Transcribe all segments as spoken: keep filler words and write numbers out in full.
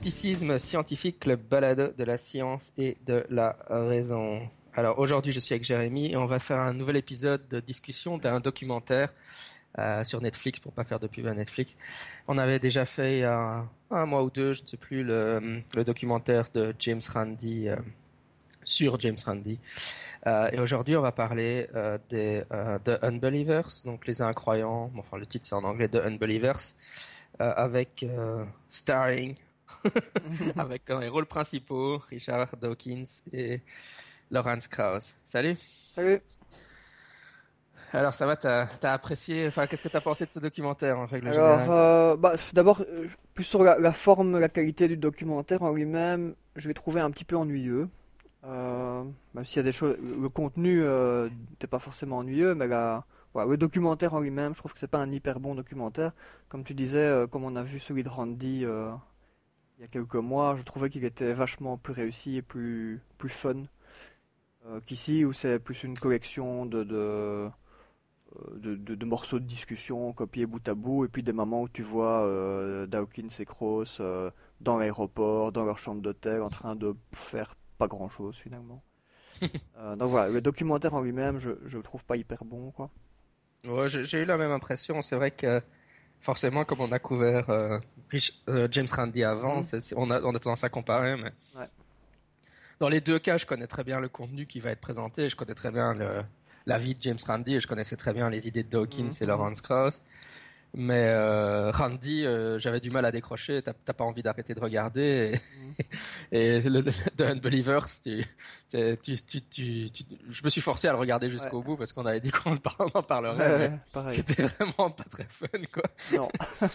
Scepticisme scientifique, le balado de la science et de la raison. Alors aujourd'hui, je suis avec Jérémy et on va faire un nouvel épisode de discussion d'un documentaire euh, sur Netflix, pour pas faire de pub à Netflix. On avait déjà fait il y a un mois ou deux, je ne sais plus, le, le documentaire de James Randi euh, sur James Randi. Euh, et aujourd'hui, on va parler euh, des euh, The Unbelievers, donc les incroyants. Enfin, le titre c'est en anglais, The Unbelievers, euh, avec euh, starring. Avec dans les rôles principaux Richard Dawkins et Lawrence Krauss. Salut. Salut. Alors ça va, t'as, t'as apprécié, enfin qu'est-ce que t'as pensé de ce documentaire en règle Alors, générale? euh, bah, d'abord, euh, plus sur la, la forme, la qualité du documentaire en lui-même, je l'ai trouvé un petit peu ennuyeux. Euh, Même s'il y a des choses, le contenu euh, n'était pas forcément ennuyeux, mais la, voilà, le documentaire en lui-même, je trouve que c'est pas un hyper bon documentaire. Comme tu disais, euh, comme on a vu celui de Randy euh, il y a quelques mois, je trouvais qu'il était vachement plus réussi et plus, plus fun euh, qu'ici, où c'est plus une collection de, de de, de, de morceaux de discussion copiés bout à bout, et puis des moments où tu vois euh, Dawkins et Krauss euh, dans l'aéroport, dans leur chambre d'hôtel, en train de faire pas grand-chose finalement. Euh, donc voilà, le documentaire en lui-même, je, je le trouve pas hyper bon, quoi. Ouais, j'ai, j'ai eu la même impression. C'est vrai que forcément, comme on a couvert euh, Rich- euh, James Randi avant, Mhm. c'est, c'est- on a, on a tendance à comparer, mais Ouais. dans les deux cas, je connais très bien le contenu qui va être présenté, je connais très bien le, la vie de James Randi et je connaissais très bien les idées de Dawkins Mhm, et mhm. Lawrence Krauss. Mais euh, Randy, euh, j'avais du mal à décrocher. T'as, t'as pas envie d'arrêter de regarder. Mhm. Et, et le, le, The Unbelievers, tu, tu, tu, tu, tu, tu- je me suis forcé à le regarder Ouais. jusqu'au bout parce qu'on avait dit qu'on par- on en parlerait, mais Ouais, pareil. c'était vraiment pas très fun, quoi. Non,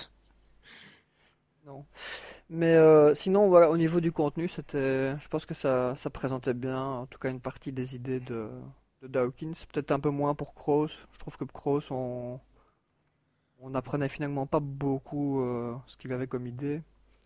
non. Mais euh, sinon, voilà, au niveau du contenu, c'était, je pense que ça, ça présentait bien, en tout cas une partie des idées de, de Dawkins. Peut-être un peu moins pour Krauss. Je trouve que Krauss, on, on apprenait finalement pas beaucoup euh, ce qu'il avait comme idée.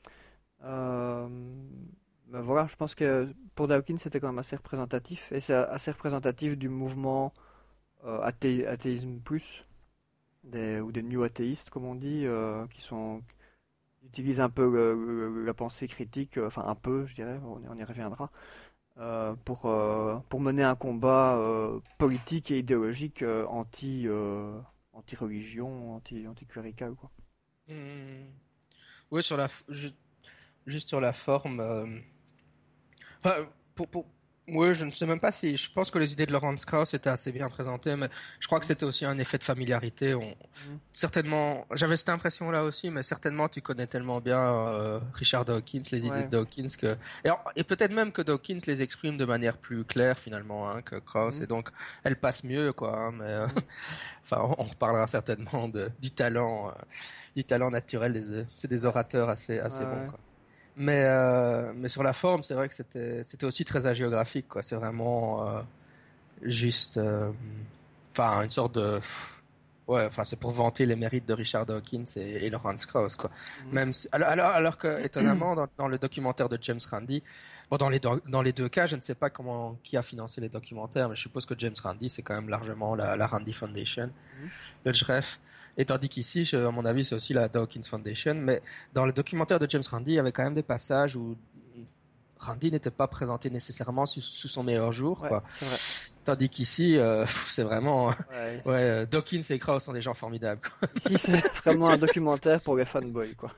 Euh, mais voilà, je pense que pour Dawkins, c'était quand même assez représentatif. Et c'est assez représentatif du mouvement euh, athé- athéisme plus, des, ou des new athéistes, comme on dit, euh, qui sont, qui utilisent un peu le- le- la pensée critique, euh, enfin un peu, je dirais, on y, on y reviendra, euh, pour, euh, pour mener un combat euh, politique et idéologique euh, anti, euh, anti-religion, anti, anti-clérical, quoi. Hmm. Oui, sur la, f- ju- juste sur la forme. euh, Enfin, pour, pour... Ouais, je ne sais même pas si. Je pense que les idées de Lawrence Krauss étaient assez bien présentées, mais je crois que Mhm. c'était aussi un effet de familiarité. On... Mhm. Certainement, j'avais cette impression-là aussi, mais certainement tu connais tellement bien euh, Richard Dawkins, les idées de Ouais. Dawkins que et, en- et peut-être même que Dawkins les exprime de manière plus claire finalement hein, que Krauss, Mhm. et donc elles passent mieux quoi. Hein, mais euh, Mhm. enfin, on, on reparlera certainement de, du talent, euh, du talent naturel des, c'est des Ouais. orateurs assez Ouais, assez bons ouais. quoi. Mais, euh, mais sur la forme, c'est vrai que c'était, c'était aussi très hagiographique, quoi. C'est vraiment euh, juste, euh, enfin, une sorte de, ouais, enfin, c'est pour vanter les mérites de Richard Dawkins et, et Lawrence Krauss, quoi. Mhm. Même si- alors, alors, alors que, étonnamment, dans, dans le documentaire de James Randi, bon, dans les, do- dans les deux cas, je ne sais pas comment, qui a financé les documentaires, mais je suppose que James Randi, c'est quand même largement la, la Randi Foundation Mhm. le J R E F. Et tandis qu'ici, je- à mon avis, c'est aussi la Dawkins Foundation. Mais dans le documentaire de James Randi, il y avait quand même des passages où Randi n'était pas présenté nécessairement sous, sous son meilleur jour, Ouais, quoi. c'est vrai. Tandis qu'ici, euh, c'est vraiment, Ouais. ouais, euh, Dawkins et Krauss sont des gens formidables, quoi. Ici, c'est vraiment un documentaire pour les fanboys, quoi.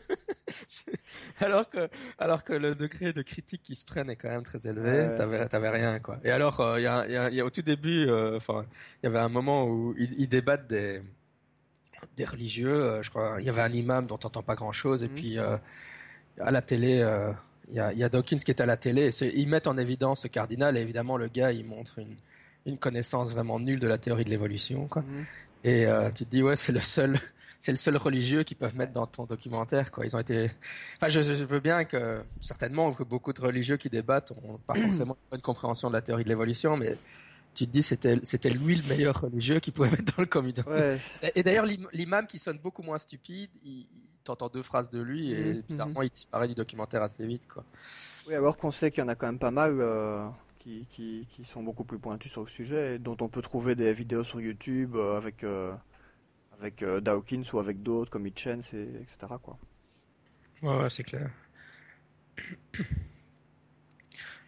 Alors que, alors que le degré de critique qu'ils se prennent est quand même très Ouais, élevé, ouais. t'avais, t'avais rien, quoi. Et alors, euh, il y a, il y a, il y a au tout début, euh, enfin, il y avait un moment où ils, ils débattent des, des religieux, euh, je crois, il y avait un imam dont on n'entend pas grand-chose, et Mhm. puis euh, à la télé, euh, il y, a, il y a Dawkins qui est à la télé, et c'est- ils mettent en évidence ce cardinal, et évidemment le gars il montre une, une connaissance vraiment nulle de la théorie de l'évolution, quoi. Mhm. Et euh, tu te dis ouais c'est le seul, c'est le seul religieux qu'ils peuvent Ouais. mettre dans ton documentaire, quoi. Ils ont été, enfin je, je veux bien que certainement que beaucoup de religieux qui débattent ont pas forcément une bonne compréhension de la théorie de l'évolution, mais tu te dis c'était c'était lui le meilleur religieux qui pouvait mettre dans le comité. Ouais. Et d'ailleurs l'im- l'imam qui sonne beaucoup moins stupide, il, il- t'entends deux phrases de lui Mhm. et Mhm. bizarrement il disparaît du documentaire assez vite quoi. Oui, alors qu'on sait qu'il y en a quand même pas mal euh, qui, qui, qui sont beaucoup plus pointus sur le sujet, et dont on peut trouver des vidéos sur YouTube euh, avec, euh, avec euh, Dawkins ou avec d'autres comme Hitchens, et, etc., quoi. Ouais, ouais c'est clair.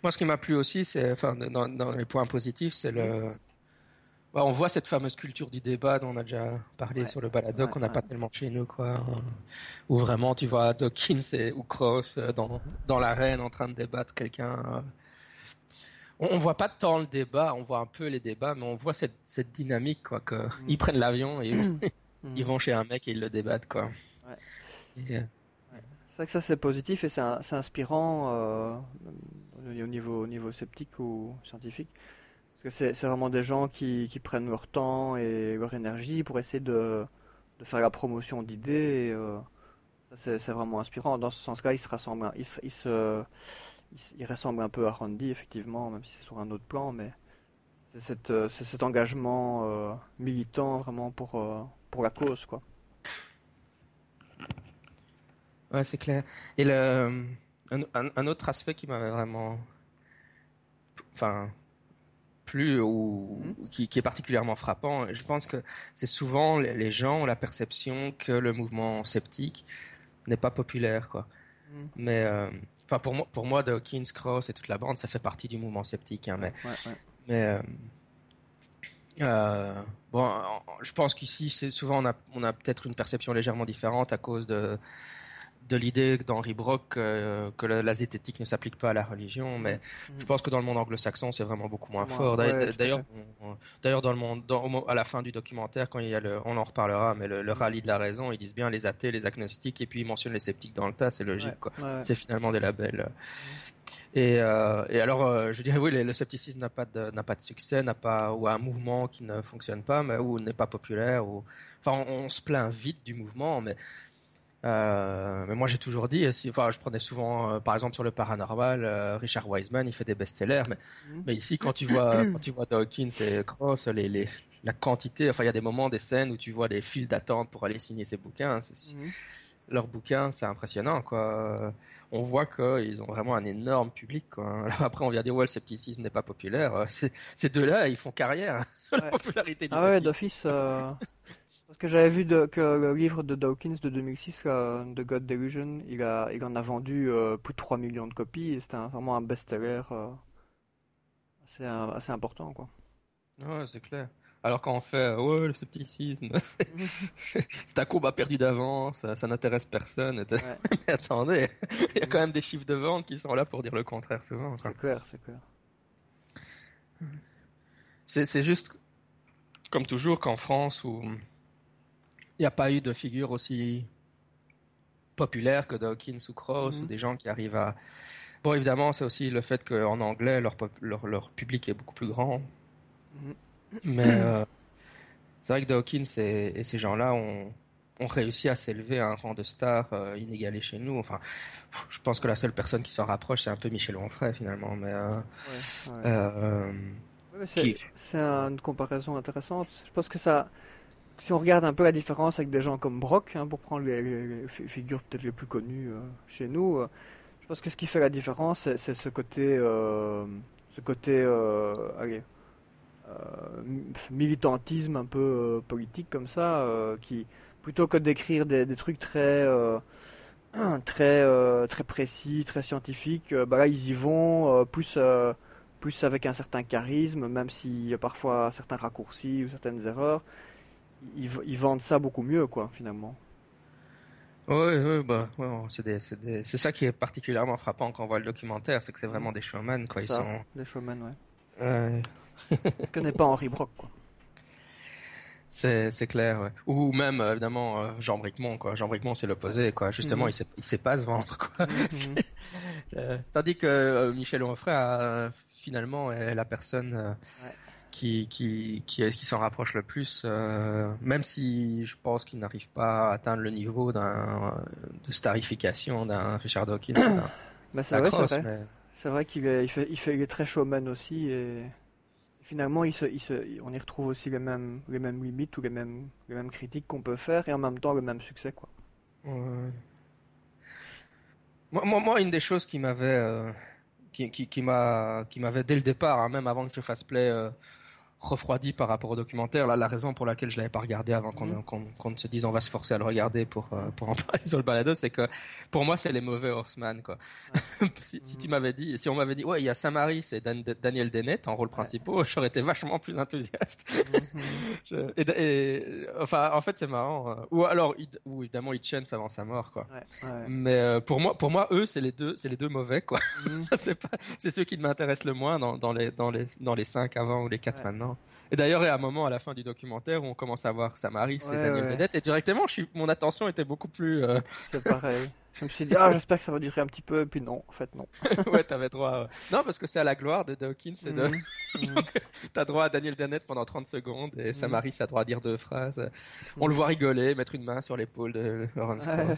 Moi, ce qui m'a plu aussi, c'est, enfin, dans, dans les points positifs, c'est le. Ouais, on voit cette fameuse culture du débat dont on a déjà parlé Ouais, sur le balado, ouais, qu'on n'a ouais. pas tellement chez nous, quoi. Où vraiment, tu vois Dawkins et, ou Cross euh, dans, dans l'arène en train de débattre quelqu'un. euh. On, on voit pas tant le débat, on voit un peu les débats, mais on voit cette, cette dynamique, quoi, que ils Mhm. prennent l'avion et ils vont, ils Mhm. vont chez un mec et ils le débattent, quoi. Ouais. Et, euh, Ouais. C'est vrai que ça c'est positif et c'est un- c'est inspirant euh, au au niveau, au niveau sceptique ou scientifique. Parce que c'est c'est vraiment des gens qui, qui prennent leur temps et leur énergie pour essayer de, de faire la promotion d'idées. Et, euh, ça, c'est c'est vraiment inspirant. Dans ce sens-là, il se rassemble, il se, il se, il se- il ressemble un peu à Randy, effectivement, même si c'est sur un autre plan, mais c'est cette, euh, c'est cet engagement euh, militant vraiment pour, euh, pour la cause, quoi. ouais, c'est clair. Et le, un, un- un autre aspect qui m'avait vraiment, enfin, plu ou Mhm. qui, qui est particulièrement frappant, je pense que c'est souvent les, les gens ont la perception que le mouvement sceptique n'est pas populaire, quoi. Mhm. Mais, euh, enfin, pour moi, pour moi, Dawkins, Cross et toute la bande, ça fait partie du mouvement sceptique, hein, Ouais, mais, ouais, ouais. mais, euh, euh, bon, je pense qu'ici, c'est souvent on a, on a peut-être une perception légèrement différente à cause de, de l'idée d'Henri Brock euh, que la, la zététique ne s'applique pas à la religion, Mhm. mais je Mhm. pense que dans le monde anglo-saxon, c'est vraiment beaucoup moins Vraiment, fort. ouais, tout à D'ailleurs, fait. on- d'ailleurs dans le monde, dans- au mo- à la fin du documentaire, quand il y a le, on en reparlera, mais le, le Mhm. rallye de la raison, ils disent bien les athées, les agnostiques, et puis ils mentionnent les sceptiques dans le tas, c'est Ouais, logique, quoi. ouais, ouais. C'est finalement des labels. Mhm. Et, euh, et alors, euh, je dirais oui, le, le scepticisme n'a pas de, n'a pas de succès, n'a pas, ou un mouvement qui ne fonctionne pas, mais ou n'est pas populaire, ou, enfin, on, on se plaint vite du mouvement, mais euh, mais moi j'ai toujours dit, si, enfin je prenais souvent, euh, par exemple sur le paranormal, euh, Richard Wiseman, il fait des best-sellers, mais, Mhm. mais ici quand tu vois, quand tu vois Dawkins et Cross, les, les, la quantité, enfin il y a des moments, des scènes où tu vois des files d'attente pour aller signer ses bouquins, c'est, Mhm. leurs bouquins, c'est impressionnant, quoi. On voit qu'ils ont vraiment un énorme public, quoi. Alors après on vient dire ouais le scepticisme n'est pas populaire, ces, ces deux-là ils font carrière sur la Ouais. popularité du Ah ouais, scepticisme. d'office. euh, Parce que j'avais vu de- que le livre de Dawkins de deux mille six, euh, The God Delusion, il a, il en a vendu euh, plus de trois millions de copies et c'était un- vraiment un best-seller euh, assez, euh, assez important, quoi. Ouais, c'est clair. Alors quand on fait euh, ouais le scepticisme, Mhm. c'est un combat perdu d'avance, ça, ça n'intéresse personne. Et t'es- Ouais. Mais attendez, il y a quand Mhm. même des chiffres de vente qui sont là pour dire le contraire souvent, quoi. C'est clair, c'est clair. C'est, c'est juste comme toujours qu'en France où il n'y a pas eu de figure aussi populaire que Dawkins ou Cross ou Mhm. des gens qui arrivent à... Bon, évidemment, c'est aussi le fait qu'en anglais, leur, pop- leur, leur public est beaucoup plus grand. Mhm. Mais euh, c'est vrai que Dawkins et, et ces gens-là ont, ont réussi à s'élever à un rang de star euh, inégalé chez nous. Enfin, pff, je pense que la seule personne qui s'en rapproche, c'est un peu Michel Onfray, finalement. Mais, euh, Ouais, ouais. euh, Ouais, mais qui... c'est, c'est une comparaison intéressante. Je pense que ça, si on regarde un peu la différence avec des gens comme Brock, hein, pour prendre les, les- les fi- figures peut-être les plus connues euh, chez nous, euh, je pense que ce qui fait la différence, c'est, c'est ce côté, euh, ce côté, euh, allez, euh, mi- militantisme un peu euh, politique comme ça, euh, qui plutôt que d'écrire des, des trucs très, euh, très, euh, très précis, très scientifiques, euh, bah là ils y vont euh, plus, euh, plus avec un certain charisme, même s'il y a parfois certains raccourcis ou certaines erreurs, ils, ils vendent ça beaucoup mieux, quoi, finalement. Ouais, ouais, bah, ouais, c'est des, c'est des... c'est ça qui est particulièrement frappant quand on voit le documentaire, c'est que c'est Mhm. vraiment des showman, quoi. C'est Ils ça, sont, des showmen, ouais. ouais. Je connais pas Henri Brock, quoi. C'est, c'est clair, ouais. Ou même, euh, évidemment, euh, Jean Bricmont, quoi. Jean Bricmont, c'est Ouais. l'opposé, quoi. Justement, Mhm. il sait, il sait pas se vendre, quoi. Mhm, mhm. Euh, tandis que euh, Michel Onfray, a, finalement, est la personne euh, Ouais. qui, qui, qui, qui s'en rapproche le plus, euh, même si je pense qu'il n'arrive pas à atteindre le niveau d'un, de starification d'un Richard Dawkins ou d'un, Bah c'est d'un vrai, c'est Cross, vrai. mais C'est vrai qu'il est, il fait, il fait, il est très showman aussi et finalement il se, il se, on y retrouve aussi les mêmes, les mêmes limites ou les mêmes, les mêmes critiques qu'on peut faire et en même temps le même succès, quoi. ouais. Moi, moi, moi, une des choses qui m'avait, euh, qui, qui, qui m'a, qui m'avait dès le départ, hein, même avant que je fasse play, euh, refroidi par rapport au documentaire. Là, la raison pour laquelle je l'avais pas regardé avant qu'on, Mhm. qu'on, qu'on se dise on va se forcer à le regarder pour, euh, pour en parler sur le balado, c'est que pour moi, c'est les mauvais Horseman, quoi. Ouais. si, si tu Mhm. m'avais dit, si on m'avait dit, ouais, il y a Samaris et Dan- Daniel Dennett en rôle Ouais. principal, j'aurais été vachement plus enthousiaste. Mhm. Je- et, et- enfin, en fait, c'est marrant. euh, Ou alors, Id- ou évidemment, Hitchens avant sa mort, quoi. Ouais. Ouais. Mais euh, pour moi, pour moi, eux, c'est les deux, c'est les deux mauvais, quoi. Mhm. c'est pas, c'est ceux qui m'intéressent le moins dans, dans les, dans les, dans les cinq avant ou les quatre Ouais. maintenant. Et d'ailleurs, il y a un moment à la fin du documentaire où on commence à voir Samaris Ouais, et Daniel ouais. Dennett, et directement, je suis, mon attention était beaucoup plus. euh, C'est pareil. Je me suis dit, ah, j'espère que ça va durer un petit peu, puis non, en fait, non. ouais, t'avais droit. à- Non, parce que c'est à la gloire de Dawkins, et de. Mhm. Mhm. Donc, t'as droit à Daniel Dennett pendant trente secondes, et Mhm. Samaris a droit à dire deux phrases. On le Mhm. voit rigoler, mettre une main sur l'épaule de Lawrence Ouais. Krauss.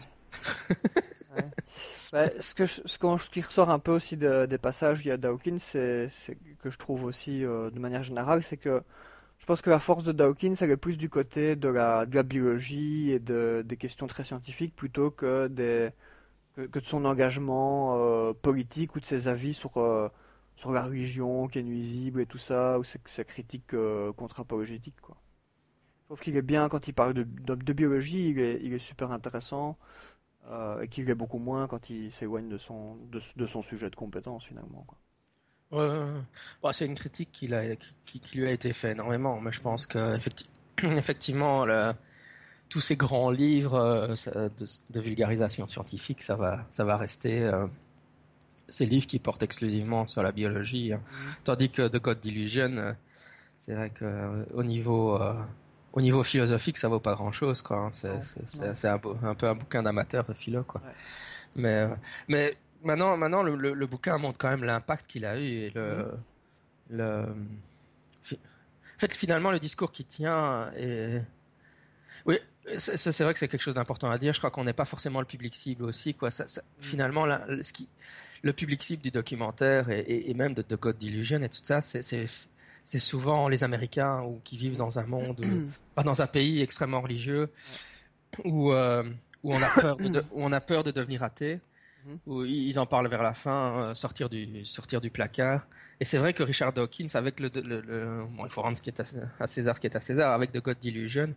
Ouais. Bah, ce que je- ce, qu'on- ce qui ressort un peu aussi de- des passages liés à Dawkins, c'est c'est que je trouve aussi euh, de manière générale, c'est que je pense que la force de Dawkins, elle est plus du côté de la, de la biologie et de, des questions très scientifiques plutôt que, des, que, que de son engagement euh, politique ou de ses avis sur, euh, sur la religion qui est nuisible et tout ça, ou ses, ses critiques euh, contre-apologétiques, quoi. Je trouve qu'il est bien quand il parle de, de, de biologie, il est, il est super intéressant. Euh, et qu'il l'est beaucoup moins quand il s'éloigne de son, de, de son sujet de compétence finalement, quoi. Ouais, ouais, ouais. Bon, c'est une critique qui, l'a- qui, qui lui a été faite énormément, mais je Mhm. pense que effecti- effectivement, le- tous ces grands livres euh, ça- de, de vulgarisation scientifique, ça va, ça va rester euh, ces livres qui portent exclusivement sur la biologie, hein. Mhm. Tandis que The God Delusion, euh, c'est vrai que euh, au niveau, euh, au niveau philosophique, ça vaut pas grand-chose, quoi, hein. C'est, Non, c'est, c'est- non. c'est un, beau- un peu un bouquin d'amateur de philo, quoi. Ouais. Mais, euh, mais maintenant, maintenant, le, le, le bouquin montre quand même l'impact qu'il a eu et Mhm. le, le, fi- en fait, finalement, le discours qui tient est, oui, c'est, c'est c'est vrai que c'est quelque chose d'important à dire. Je crois qu'on n'est pas forcément le public cible aussi, quoi. Ça, ça- Mhm. finalement, là, le- ce qui, le public cible du documentaire et, et, et même de The God Delusion et tout ça, c'est, c'est, c'est souvent les Américains ou qui vivent dans un monde, où- Mhm. pas dans un pays extrêmement religieux Ouais. où, euh, où on a peur de, de- où on a peur de devenir athée. Mhm. Où ils en parlent vers la fin, euh, sortir du sortir du placard. Et c'est vrai que Richard Dawkins, avec le, le, le bon, il faut rendre ce qui est à, à César, ce qui est à César, avec The God Delusion,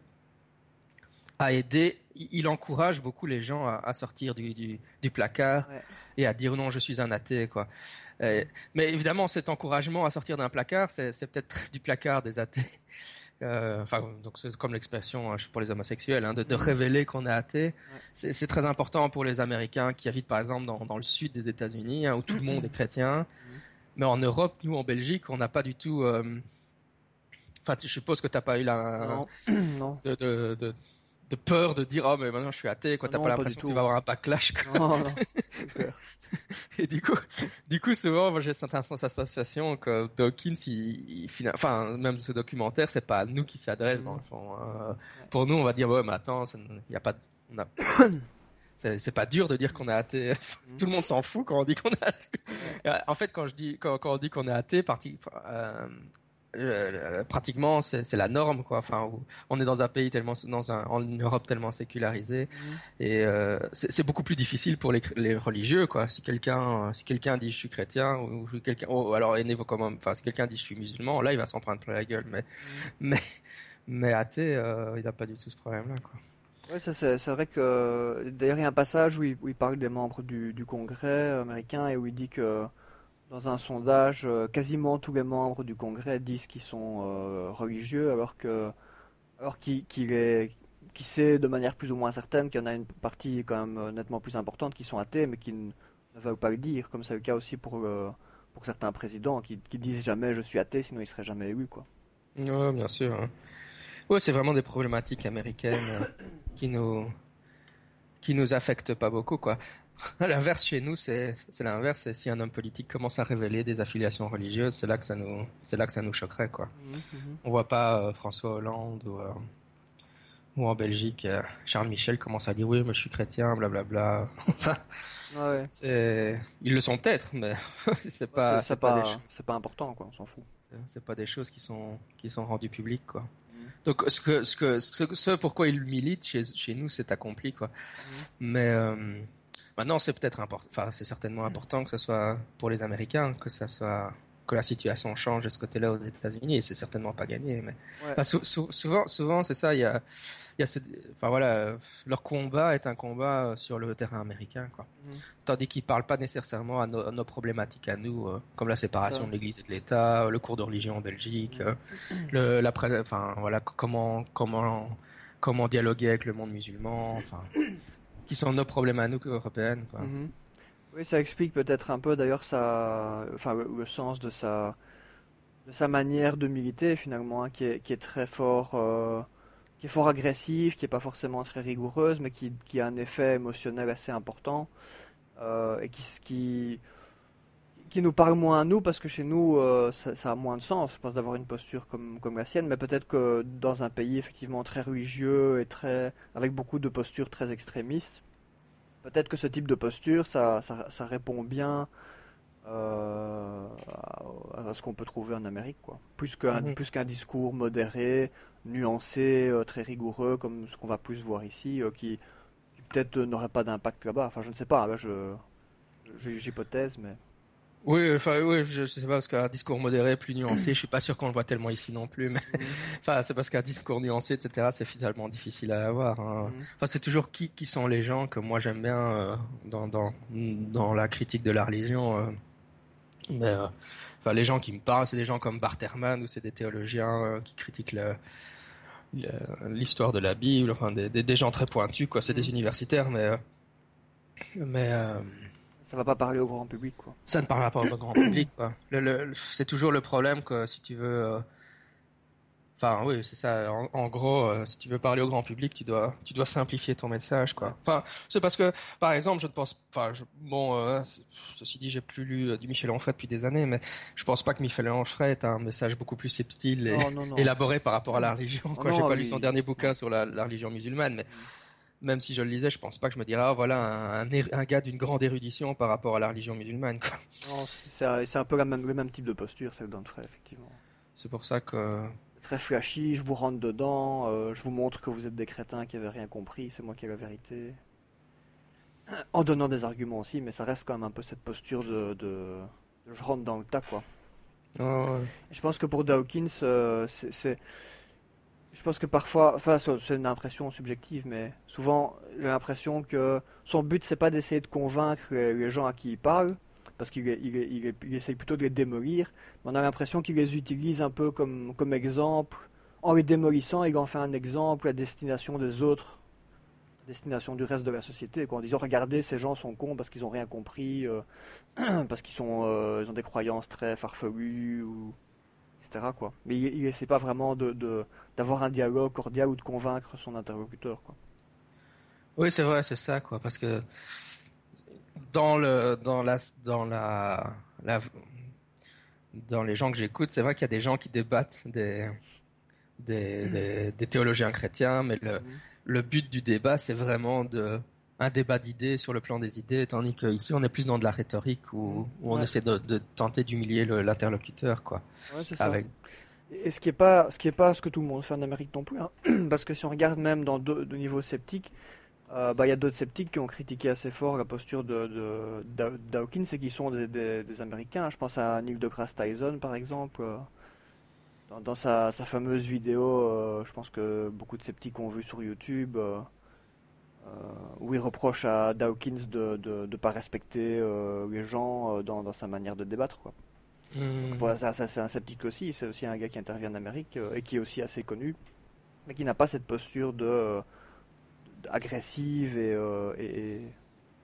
a aidé. Il, il encourage beaucoup les gens à, à sortir du, du, du placard Ouais. et à dire non, je suis un athée, quoi. Et- Mhm. mais évidemment, cet encouragement à sortir d'un placard, c'est, c'est peut-être du placard des athées. Euh, enfin, donc c'est comme l'expression hein, pour les homosexuels, hein, de, de Mhm. révéler qu'on est athée. Ouais. C'est, c'est très important pour les Américains qui habitent par exemple dans, dans le sud des États-Unis, hein, où tout le monde est chrétien. Mhm. Mais en Europe, nous en Belgique, on n'a pas du tout. euh, Enfin, tu- je suppose que t'as pas eu la Non, non, de, de, de, de peur de dire oh mais maintenant je suis athée, quoi. non, T'as pas non, pas du l'impression que tu tout. vas avoir un backlash, quoi. Non, non, c'est clair. Et du coup, du coup, souvent, moi, j'ai cette association que Dawkins, il, il, fina- enfin, même ce documentaire, c'est pas à nous qui s'adresse dans Mhm. le fond, hein. Ouais. Pour nous, on va dire ouais, mais attends, il y a pas, de- on a, c'est, c'est pas dur de dire qu'on est athée. Mhm. Tout le monde s'en fout quand on dit qu'on est athée. Ouais. Et, euh, En fait, quand je dis, quand, quand on dit qu'on est athée, parti, euh, euh, pratiquement, c'est, c'est la norme, quoi. Enfin, où on est dans un pays tellement, dans un, en Europe tellement sécularisé, Mhm. et euh, c'est, c'est beaucoup plus difficile pour les, les religieux, quoi. Si quelqu'un, euh, si quelqu'un dit je suis chrétien ou, ou quelqu'un, oh, alors énevo quand même, enfin, si quelqu'un dit je suis musulman, là, il va s'en prendre plein la gueule. Mais, Mhm. mais, mais athée, euh, il n'a pas du tout ce problème-là, quoi. Ouais, ça, c'est c'est vrai que d'ailleurs il y a un passage où il, où il parle des membres du, du Congrès américain et où il dit que dans un sondage, euh, quasiment tous les membres du Congrès disent qu'ils sont euh, religieux, alors que alors qu'il qu'il est qu'il sait de manière plus ou moins certaine qu'il y en a une partie quand même euh, nettement plus importante qui sont athées, mais qui ne, ne veulent pas le dire, comme c'est le cas aussi pour euh, pour certains présidents qui, qui disent jamais je suis athée, sinon ils seraient jamais élus, quoi. Ouais, bien sûr, hein. Ouais, c'est vraiment des problématiques américaines euh, qui nous, qui nous affectent pas beaucoup, quoi. À l'inverse, chez nous, c'est, c'est l'inverse. C'est si un homme politique commence à révéler des affiliations religieuses, c'est là que ça nous, c'est là que ça nous choquerait, quoi. Mhm, mhm. On voit pas euh, François Hollande ou, euh, ou en Belgique, euh, Charles Michel commence à dire oui, mais je suis chrétien, blablabla. Enfin, Ouais, ouais. c'est, ils le sont peut-être, mais c'est Ouais, pas, c'est c'est c'est pas des pas choses, c'est pas important, quoi, on s'en fout. c'est pas des choses qui sont, qui sont rendues publiques, quoi. Mhm, Donc, ce que, ce que, ce, que- ce pourquoi il milite chez, chez nous, c'est accompli, quoi. mhm. Mais euh, maintenant, c'est peut-être important. Enfin, c'est certainement important que ce soit pour les Américains, que ça soit que la situation change de ce côté-là aux États-Unis, et c'est certainement pas gagné. Mais Ouais. enfin, sou- sou- souvent, souvent, c'est ça. Il y a, il y a ce, enfin voilà, leur combat est un combat sur le terrain américain, quoi. Mhm. Tandis qu'ils parlent pas nécessairement à nos, à nos problématiques à nous, euh, comme la séparation Ça. de l'Église et de l'État, le cours de religion en Belgique, Mhm. euh, le, la, pré- enfin voilà, comment, comment, comment dialoguer avec le monde musulman, enfin, qui sont nos problèmes à nous européennes, quoi. Mhm. Oui, ça explique peut-être un peu d'ailleurs sa, enfin le, le sens de sa, de sa manière de militer finalement, hein, qui est, qui est très fort, euh, qui est fort agressive, qui est pas forcément très rigoureuse, mais qui, qui a un effet émotionnel assez important euh, et qui, qui, qui nous parle moins à nous parce que chez nous euh, ça, ça a moins de sens, je pense, d'avoir une posture comme, comme la sienne, mais peut-être que dans un pays effectivement très religieux et très, avec beaucoup de postures très extrémistes, peut-être que ce type de posture, ça, ça, ça répond bien euh, à, à ce qu'on peut trouver en Amérique, quoi. Plus qu'un, Mhm. plus qu'un discours modéré, nuancé, euh, très rigoureux, comme ce qu'on va plus voir ici, euh, qui, qui peut-être euh, n'aurait pas d'impact là-bas. Enfin, je ne sais pas, là, je, je- j'hypothèse, mais... Oui, enfin, oui, je, je sais pas, parce qu'un discours modéré, plus nuancé, je suis pas sûr qu'on le voit tellement ici non plus, mais, Mhm, enfin, c'est parce qu'un discours nuancé, et cetera, c'est finalement difficile à avoir, hein. mhm, Enfin, c'est toujours qui, qui sont les gens que moi j'aime bien, euh, dans, dans, dans la critique de la religion, euh, mais, euh, enfin, les gens qui me parlent, c'est des gens comme Bart Ehrman, ou c'est des théologiens, euh, qui critiquent le- le- l'histoire de la Bible, enfin, des, des, des gens très pointus, quoi, c'est des mhm. universitaires, mais, euh, mais, euh, Ça va pas parler au grand public, quoi. ça ne parlera pas au grand public, quoi. Le, le- le- c'est toujours le problème que si tu veux, euh, enfin oui, c'est ça. En, en gros, euh, si tu veux parler au grand public, tu dois, tu dois simplifier ton message, Ouais. quoi. Enfin, c'est parce que, par exemple, je ne pense, enfin, je- bon, euh, c- ceci dit, j'ai plus lu euh, du Michel Onfray depuis des années, mais je pense pas que Michel Onfray ait un message beaucoup plus subtil et Non, non, non. élaboré par rapport à la religion, Non, quoi. J'ai non, pas lu son lui... dernier Non. bouquin sur la, la religion musulmane, mais Mhm. même si je le lisais, je pense pas que je me dirais, ah voilà, un, un, ér- un gars d'une grande érudition par rapport à la religion musulmane, quoi. Non, c'est un c'est un peu la même, le même type de posture, celle d'Humphrey, effectivement. C'est pour ça que Très flashy, je vous rentre dedans, euh, je vous montre que vous êtes des crétins qui avaient rien compris, c'est moi qui ai la vérité. En donnant des arguments aussi, mais ça reste quand même un peu cette posture de, de, de je rentre dans le tas, quoi. oh, Et je pense que pour Dawkins, euh, c'est, c'est- je pense que parfois, enfin, c'est c'est une impression subjective, mais souvent, j'ai l'impression que son but, c'est pas d'essayer de convaincre les, les gens à qui il parle, parce qu'il est- il, est- il, est- il essaye plutôt de les démolir, mais on a l'impression qu'il les utilise un peu comme, comme exemple. En les démolissant, il en fait un exemple à destination des autres, à destination du reste de la société, quoi, en disant, regardez, ces gens sont cons parce qu'ils ont rien compris, euh, parce qu'ils sont, euh, ils ont des croyances très farfelues, ou et cetera, quoi. Mais il, il essaie pas vraiment de, de- d'avoir un dialogue cordial ou de convaincre son interlocuteur, quoi. oui, c'est vrai, c'est ça, quoi, parce que dans le, dans la, dans la, la- dans les gens que j'écoute, c'est vrai qu'il y a des gens qui débattent des, des, des, des théologiens chrétiens, mais le, Mhm. le but du débat, c'est vraiment de, un débat d'idées sur le plan des idées, tandis qu'ici, on est plus dans de la rhétorique Mhm. où, où on Ouais, essaie de, de tenter d'humilier le- l'interlocuteur, quoi. ouais, c'est ça. Avec, Et ce qui est pas, ce qui est pas ce que tout le monde fait en Amérique non plus, hein. Parce que si on regarde même dans de, de niveau sceptique, euh, bah il y a d'autres sceptiques qui ont critiqué assez fort la posture de, de, Daw- Dawkins et qui sont des, des, des Américains. Je pense à Neil deGrasse Tyson par exemple. euh, Dans, dans sa, sa fameuse vidéo, euh, je pense que beaucoup de sceptiques ont vu sur YouTube, euh, euh, où il reproche à Dawkins de de, de pas respecter euh, les gens euh, dans, dans sa manière de débattre, quoi. Donc hmm, voilà, ça, ça, c'est un sceptique aussi, c'est aussi un gars qui intervient en Amérique euh, et qui est aussi assez connu, mais qui n'a pas cette posture de, euh, de- agressive et, euh, et, et-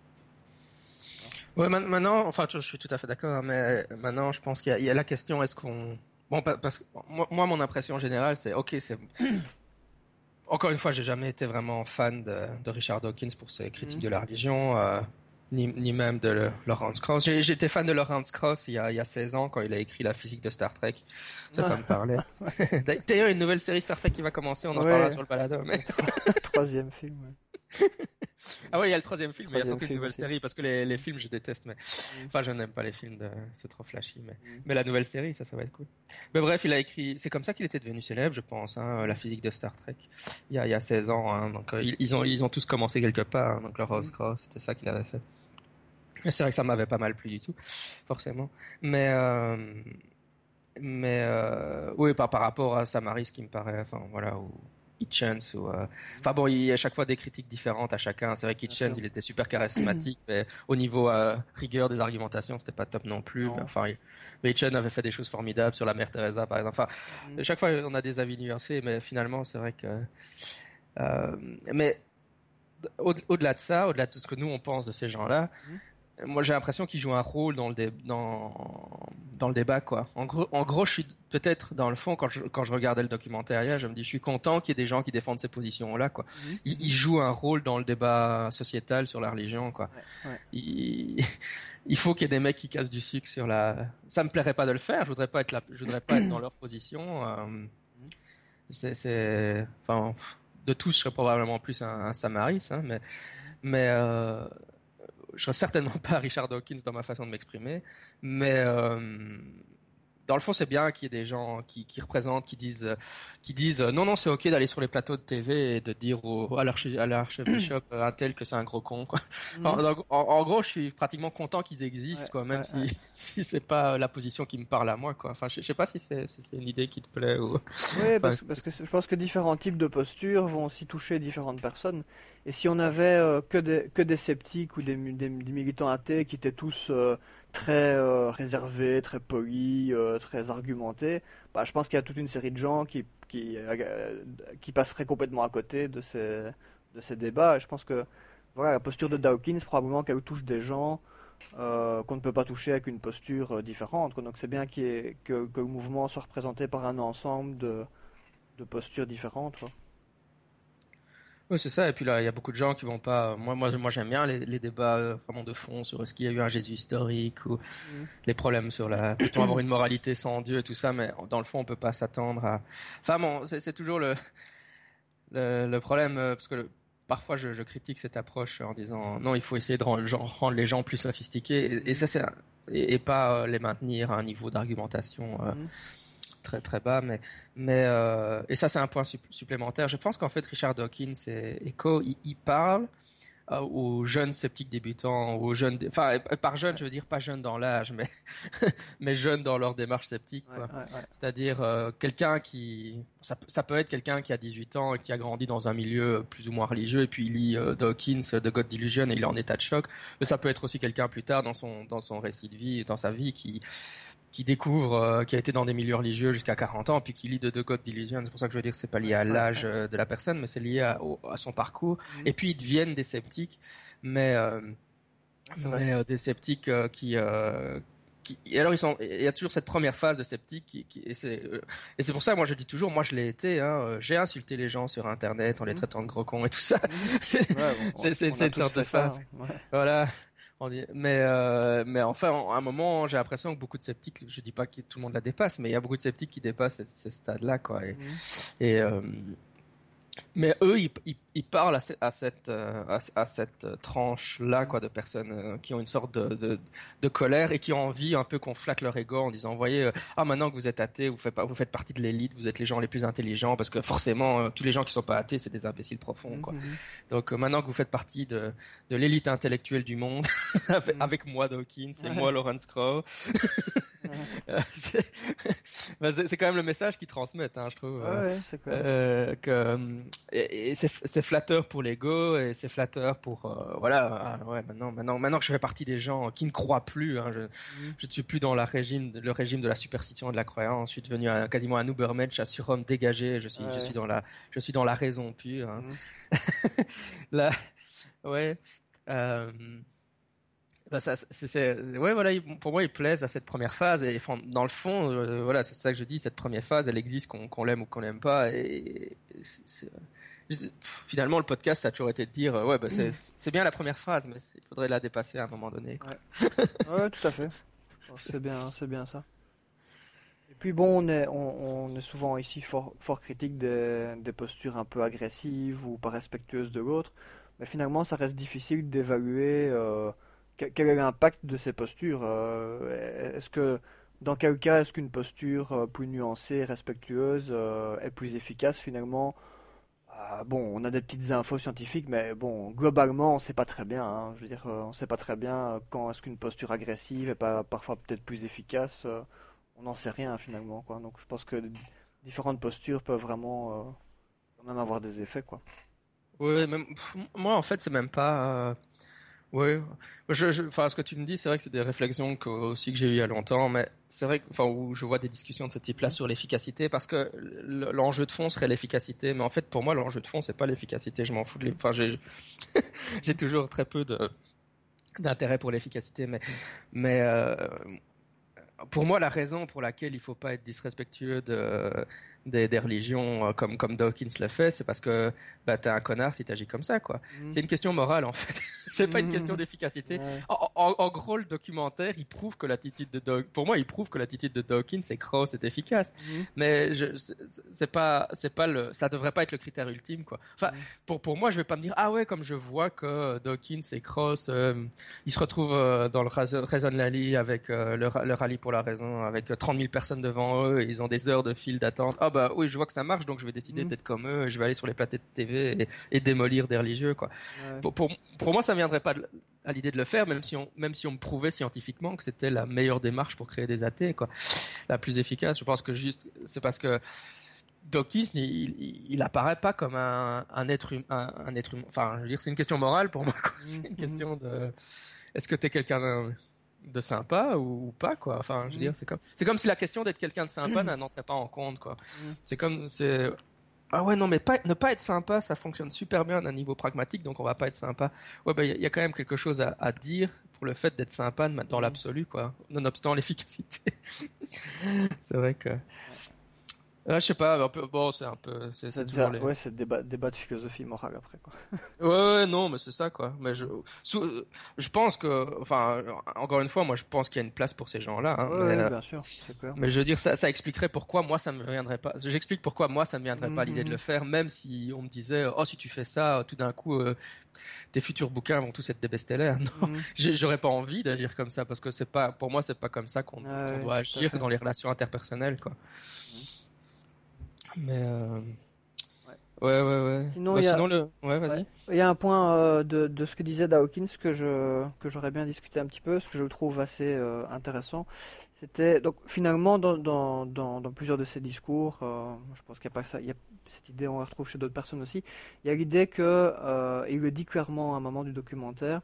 voilà. ouais, man- maintenant, enfin, je, je suis tout à fait d'accord, hein, mais maintenant, je pense qu'il y a, il y a la question, est-ce qu'on, bon, pa- parce que moi, moi, mon impression générale, c'est, ok, c'est, encore une fois, j'ai jamais été vraiment fan de, de Richard Dawkins pour ses critiques Mhm. de la religion, euh, ni, ni même de le- Lawrence Krauss. J'ai- J'étais fan de Lawrence Krauss il y a, il y a seize ans quand il a écrit la physique de Star Trek. Ça, ça me parlait. D'ailleurs, une nouvelle série Star Trek qui va commencer, on en parlera Ouais, sur le balado. Mais... le tro- troisième film, ouais. Ah ouais, il y a le troisième film, mais il y a Troisième surtout une film nouvelle aussi. série parce que les, les films, je déteste. Mais Mhm. enfin, je n'aime pas les films de, c'est trop flashy. Mais Mhm. mais la nouvelle série, ça, ça va être cool. Mais bref, il a écrit. C'est comme ça qu'il était devenu célèbre, je pense. Hein, la physique de Star Trek. Il y a il y a seize ans. Hein, donc euh, ils, ils ont ils ont tous commencé quelque part. Hein, donc le Rose Mhm. Cross, c'était ça qu'il avait fait. Et c'est vrai que ça m'avait pas mal plu du tout, forcément. Mais euh, mais euh, oui, par, par rapport à Samaris qui me paraît, enfin voilà, ou Hitchens, ou, euh, enfin bon, il y a à chaque fois des critiques différentes à chacun. C'est vrai qu'Hitchens, il était super charismatique, mais au niveau euh, rigueur des argumentations, c'était pas top non plus. Mais Non. enfin, il- mais Hitchens avait fait des choses formidables sur la mère Teresa, par exemple. Enfin, Mhm. chaque fois, on a des avis nuancés, mais finalement, c'est vrai que, euh, mais au- au-delà de ça, au-delà de tout ce que nous on pense de ces gens-là. Mhm. Moi, j'ai l'impression qu'il joue un rôle dans le, dé- dans, dans le débat, quoi. En gros, en gros, je suis peut-être dans le fond, quand je, quand je regardais le documentaire hier, je me dis, je suis content qu'il y ait des gens qui défendent ces positions-là, quoi. Mhm. Il, il joue un rôle dans le débat sociétal sur la religion, quoi. Ouais, ouais. Il, il faut qu'il y ait des mecs qui cassent du sucre sur la. Ça me plairait pas de le faire. Je voudrais pas être là, je voudrais pas être dans leur position. Euh, c'est, c'est, enfin, de tous, je serais probablement plus un, un Samaris, hein, mais, mais. Euh, je serais certainement pas Richard Dawkins dans ma façon de m'exprimer, mais euh, dans le fond, c'est bien qu'il y ait des gens qui, qui représentent, qui disent, euh, qui disent euh, non, non, c'est ok d'aller sur les plateaux de T V et de dire au, à l'archi- à l'archbishop euh, un tel que c'est un gros con, quoi. En, Mhm. en- en gros, je suis pratiquement content qu'ils existent, Ouais, quoi, même ouais, si, ouais. si c'est pas la position qui me parle à moi, quoi. Enfin, je, je sais pas si c'est, si c'est une idée qui te plaît ou. Oui, Enfin, parce, parce que je pense que différents types de postures vont aussi toucher différentes personnes. Et si on avait euh, que des, que des sceptiques ou des, mu- des, des militants athées qui étaient tous euh, très euh, réservés, très polis, euh, très argumentés, bah, je pense qu'il y a toute une série de gens qui, qui, euh, qui passeraient complètement à côté de ces, de ces débats. Et je pense que voilà, la posture de Dawkins, probablement qu'elle touche des gens euh, qu'on ne peut pas toucher avec une posture euh, différente, quoi. Donc c'est bien qu'il y ait- que, que le mouvement soit représenté par un ensemble de, de postures différentes, quoi. oui, c'est ça. Et puis là, il y a beaucoup de gens qui vont pas. Moi, moi, moi, j'aime bien les, les débats euh, vraiment de fond sur est-ce qu'il y a eu un Jésus historique ou Mhm. les problèmes sur la. Peut-on avoir une moralité sans Dieu et tout ça, mais dans le fond, on peut pas s'attendre à. Enfin bon, c'est c'est toujours le le, le problème euh, parce que le- parfois je, je critique cette approche en disant non, il faut essayer de rendre, genre, rendre les gens plus sophistiqués et, et ça c'est un- et, et pas euh, les maintenir à un niveau d'argumentation euh, Mhm. très très bas, mais mais euh, et ça c'est un point sup- supplémentaire. Je pense qu'en fait Richard Dawkins et Eco ils, ils parlent euh, aux jeunes sceptiques débutants, aux jeunes, dé- enfin et par jeunes Ouais, je veux dire pas jeunes dans l'âge, mais mais jeunes dans leur démarche sceptique, ouais, quoi. ouais, ouais. C'est-à-dire euh, quelqu'un qui, ça, peut- ça peut être quelqu'un qui a dix-huit ans et qui a grandi dans un milieu plus ou moins religieux et puis il lit euh, Dawkins, The God Delusion et il est en état de choc. Mais ça peut être aussi quelqu'un plus tard dans son dans son récit de vie, dans sa vie qui qui découvre, euh, qui a été dans des milieux religieux jusqu'à quarante ans, puis qui lit de The God Delusion. C'est pour ça que je veux dire que c'est pas lié Ouais, à ouais, l'âge ouais. euh, de la personne, mais c'est lié à, au- à son parcours. Mhm. Et puis ils deviennent des sceptiques, mais euh, C'est vrai. mais euh, des sceptiques euh, qui, euh, qui et alors ils sont il y a toujours cette première phase de sceptique qui, qui et c'est euh, et c'est pour ça moi je dis toujours moi je l'ai été hein, euh, j'ai insulté les gens sur internet en les Mhm. traitant de gros cons et tout ça. Mhm. Ouais, bon, on, c'est c'est on c'est a une tous sorte de fait ça, phase, hein. Ouais. voilà. On dit- mais euh, mais enfin à un moment j'ai l'impression que beaucoup de sceptiques, je dis pas que tout le monde la dépasse, mais il y a beaucoup de sceptiques qui dépassent ce, ce stade là, quoi. Et, Mhm. et euh, mais eux, ils, ils, ils parlent à, ce- à cette, euh, à, à cette euh, tranche-là, Mhm. quoi, de personnes euh, qui ont une sorte de, de, de colère et qui ont envie un peu qu'on flatte leur ego en disant, voyez, euh, ah maintenant que vous êtes athée, vous faites, pas, vous faites partie de l'élite, vous êtes les gens les plus intelligents, parce que forcément, euh, tous les gens qui sont pas athées, c'est des imbéciles profonds, quoi. Mhm. Donc euh, maintenant que vous faites partie de, de l'élite intellectuelle du monde, avec, Mhm. avec moi Dawkins et Ouais. moi Lawrence Crowe, Ouais. euh, c'est bah, c'est- c'est quand même le message qu'ils transmettent, hein, je trouve. Ouais, euh, ouais, c'est clair. euh, que euh, et, et c'est c'est flatteur pour l'ego et c'est flatteur pour euh, voilà ah, ouais maintenant maintenant maintenant que je fais partie des gens qui ne croient plus, hein, je Mhm. je ne suis plus dans la régime le régime de la superstition et de la croyance, je suis devenu un, quasiment un Ubermensch, un surhomme dégagé, je suis je suis Ouais. dans la je suis dans la raison pure, hein. Mhm. Là ouais euh, bah ça, c'est, c'est- ouais, voilà, il- pour moi, ils plaisent à cette première phase et font- dans le fond, euh, voilà, c'est ça que je dis, cette première phase, elle existe qu'on qu'on l'aime ou qu'on l'aime pas et, et c'est- c'est- je- pff, finalement, le podcast, ça a toujours été de dire, euh, ouais, bah c'est c'est bien la première phrase, mais c'est- il faudrait la dépasser à un moment donné, quoi. Ouais. Ouais, tout à fait. Bon, c'est bien, c'est bien ça. Et puis bon, on est, on, on est souvent ici fort, fort critique des, des postures un peu agressives ou pas respectueuses de l'autre, mais finalement, ça reste difficile d'évaluer euh, quel, quel est l'impact de ces postures. Euh, est-ce que, dans quel cas, est-ce qu'une posture euh, plus nuancée, respectueuse, euh, est plus efficace finalement? Ah, bon, on a des petites infos scientifiques, mais bon, globalement, on sait pas très bien, hein. Je veux dire, euh, on sait pas très bien euh, quand est-ce qu'une posture agressive est pas parfois peut-être plus efficace. euh, on n'en sait rien finalement, quoi. Donc je pense que différentes postures peuvent vraiment euh, quand même avoir des effets, quoi. Ouais, même, pff, moi en fait c'est même pas. Euh, ouais, je, je, enfin ce que tu me dis, c'est vrai que c'est des réflexions que, aussi que j'ai eues il y a longtemps, mais c'est vrai que, enfin où je vois des discussions de ce type-là Mhm. sur l'efficacité, parce que le- l'enjeu de fond serait l'efficacité, mais en fait pour moi l'enjeu de fond c'est pas l'efficacité, je m'en fous de. l'e- Enfin j'ai, j'ai Mhm. toujours très peu de d'intérêt pour l'efficacité, mais mais euh, pour moi, la raison pour laquelle il faut pas être disrespectueux de, des, des religions euh, comme, comme Dawkins le fait, c'est parce que bah, t'es un connard si t'agis comme ça, quoi. Mhm. C'est une question morale, en fait. C'est pas une question Mhm. d'efficacité. Ouais. En, en- en gros, le documentaire, il prouve que l'attitude de Daw- pour moi, il prouve que l'attitude de Dawkins est grosse, est efficace. Mhm. Mais je, c'est c'est pas, c'est pas le, ça devrait pas être le critère ultime, quoi. Enfin, Mhm. pour, pour moi, je vais pas me dire, ah ouais, comme je vois que Dawkins et Cross, euh, ils se retrouvent euh, dans le Raison Raison Rally avec euh, le, ra- le rallye pour la raison, avec euh, trente mille personnes devant eux, et ils ont des heures de file d'attente. Ah bah oui, je vois que ça marche, donc je vais décider Mhm. d'être comme eux, et je vais aller sur les plateaux de T V et, et démolir des religieux, quoi. Ouais. Pour, pour, pour moi, ça ne viendrait pas de- à l'idée de le faire, même si on, même si on me prouvait scientifiquement que c'était la meilleure démarche pour créer des athées, quoi, la plus efficace. Je pense que juste, c'est parce que Dawkins, il, il, il apparaît pas comme un, un être humain, un, un être humain. Enfin, je veux dire, c'est une question morale pour moi, quoi. Mhm. C'est une Mhm. question de, est-ce que t'es quelqu'un de, de sympa ou, ou pas, quoi. Enfin, je veux Mhm. dire, c'est comme, c'est comme si la question d'être quelqu'un de sympa n'entrait pas en compte, quoi. Mhm. C'est comme, c'est, ah ouais, non, mais pas, ne pas être sympa, ça fonctionne super bien d'un niveau pragmatique, donc on va pas être sympa. Ouais, bah, il y, y a quand même quelque chose à, à dire pour le fait d'être sympa dans Mhm. l'absolu, quoi. Nonobstant l'efficacité. C'est vrai que, Ouais. ah, je sais pas, un peu, bon, c'est un peu, c'est, c'est C'est toujours déjà, les, ouais, c'est débat, débat de philosophie morale après, quoi. ouais, ouais, non, mais c'est ça, quoi. Mais je, Mhm. sou- je pense que, enfin, encore une fois, moi, je pense qu'il y a une place pour ces gens-là, hein, Ouais, mais, ouais, euh, bien sûr, c'est clair. mais je veux dire, ça, ça expliquerait pourquoi moi, ça me viendrait pas. J'explique pourquoi moi, ça me viendrait Mhm. pas l'idée de le Mhm. faire, même si on me disait, oh, si tu fais ça, tout d'un coup, euh, tes futurs bouquins vont tous être des best-sellers. Non, Mhm. j'ai- j'aurais pas envie d'agir comme ça parce que c'est pas, pour moi, c'est pas comme ça qu'on Ouais, qu'on ouais, doit tout à agir fait. dans les relations interpersonnelles, quoi. Mhm. Mais, euh, Ouais. ouais, ouais, ouais. Sinon, Bah, il y a, sinon, le, ouais, ouais, vas-y. il y a un point euh, de, de ce que disait Dawkins que je, que j'aurais bien discuté un petit peu, ce que je trouve assez euh, intéressant. C'était donc finalement dans, dans, dans, dans plusieurs de ses discours, euh, je pense qu'il n'y a pas que ça, il y a cette idée, on la retrouve chez d'autres personnes aussi. Il y a l'idée que, euh, et il le dit clairement à un moment du documentaire,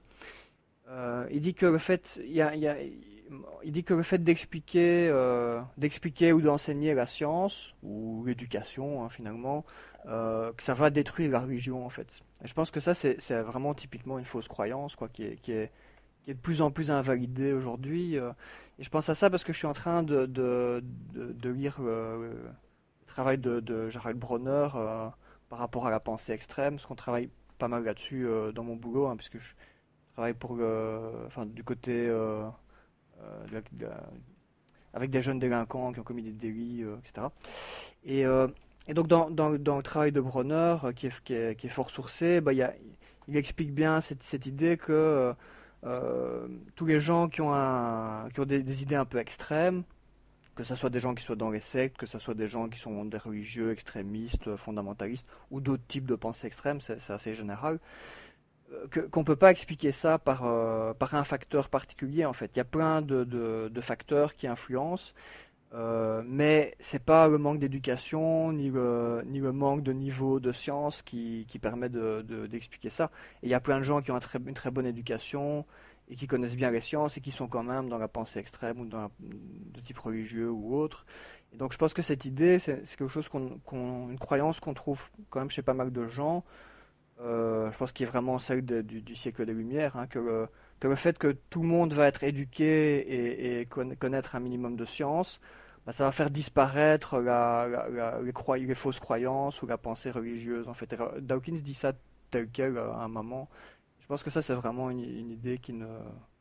euh, il dit que le fait, il y a, il y a- il dit que le fait d'expliquer, euh, d'expliquer ou d'enseigner la science ou l'éducation, hein, finalement, euh, que ça va détruire la religion en fait. Et je pense que ça c'est, c'est vraiment typiquement une fausse croyance quoi, qui est, qui est, qui est de plus en plus invalidée aujourd'hui. euh. Et je pense à ça parce que je suis en train de, de, de, de lire le, le travail de, de Gerald Bronner euh, par rapport à la pensée extrême, parce qu'on travaille pas mal là-dessus euh, dans mon boulot, hein, puisque je travaille pour le, enfin, du côté euh, euh, de la- de la- avec des jeunes délinquants qui ont commis des délits, euh, et cetera. Et, euh, et donc dans, dans, dans le travail de Bronner, euh, qui est, qui est, qui est fort sourcé, bah, il, y a- il explique bien cette, cette idée que euh, euh, tous les gens qui ont, un, qui ont des, des idées un peu extrêmes, que ce soit des gens qui soient dans les sectes, que ce soit des gens qui sont des religieux extrémistes, euh, fondamentalistes, ou d'autres types de pensées extrêmes, c'est c'est assez général, euh, que- qu'on ne peut pas expliquer ça par, euh, par un facteur particulier en fait. Il y a plein de, de, de facteurs qui influencent, euh, mais c'est pas le manque d'éducation ni le, ni le manque de niveau de science qui, qui permet de, de- d'expliquer ça. Et il y a plein de gens qui ont un très- une très bonne éducation et qui connaissent bien les sciences et qui sont quand même dans la pensée extrême ou dans la- de type religieux ou autre. Et donc je pense que cette idée, c'est c'est quelque chose qu'on, qu'on- une croyance qu'on trouve quand même chez pas mal de gens. Euh, je pense qu'il est vraiment celle de- du, du siècle des Lumières, hein, que, le, que le fait que tout le monde va être éduqué et, et conna- connaître un minimum de science, bah, ça va faire disparaître la, la- la- les, croy- les fausses croyances ou la pensée religieuse. En fait, Et Ra- Dawkins dit ça tel quel euh, à un moment. Je pense que ça, c'est vraiment une, une idée qui ne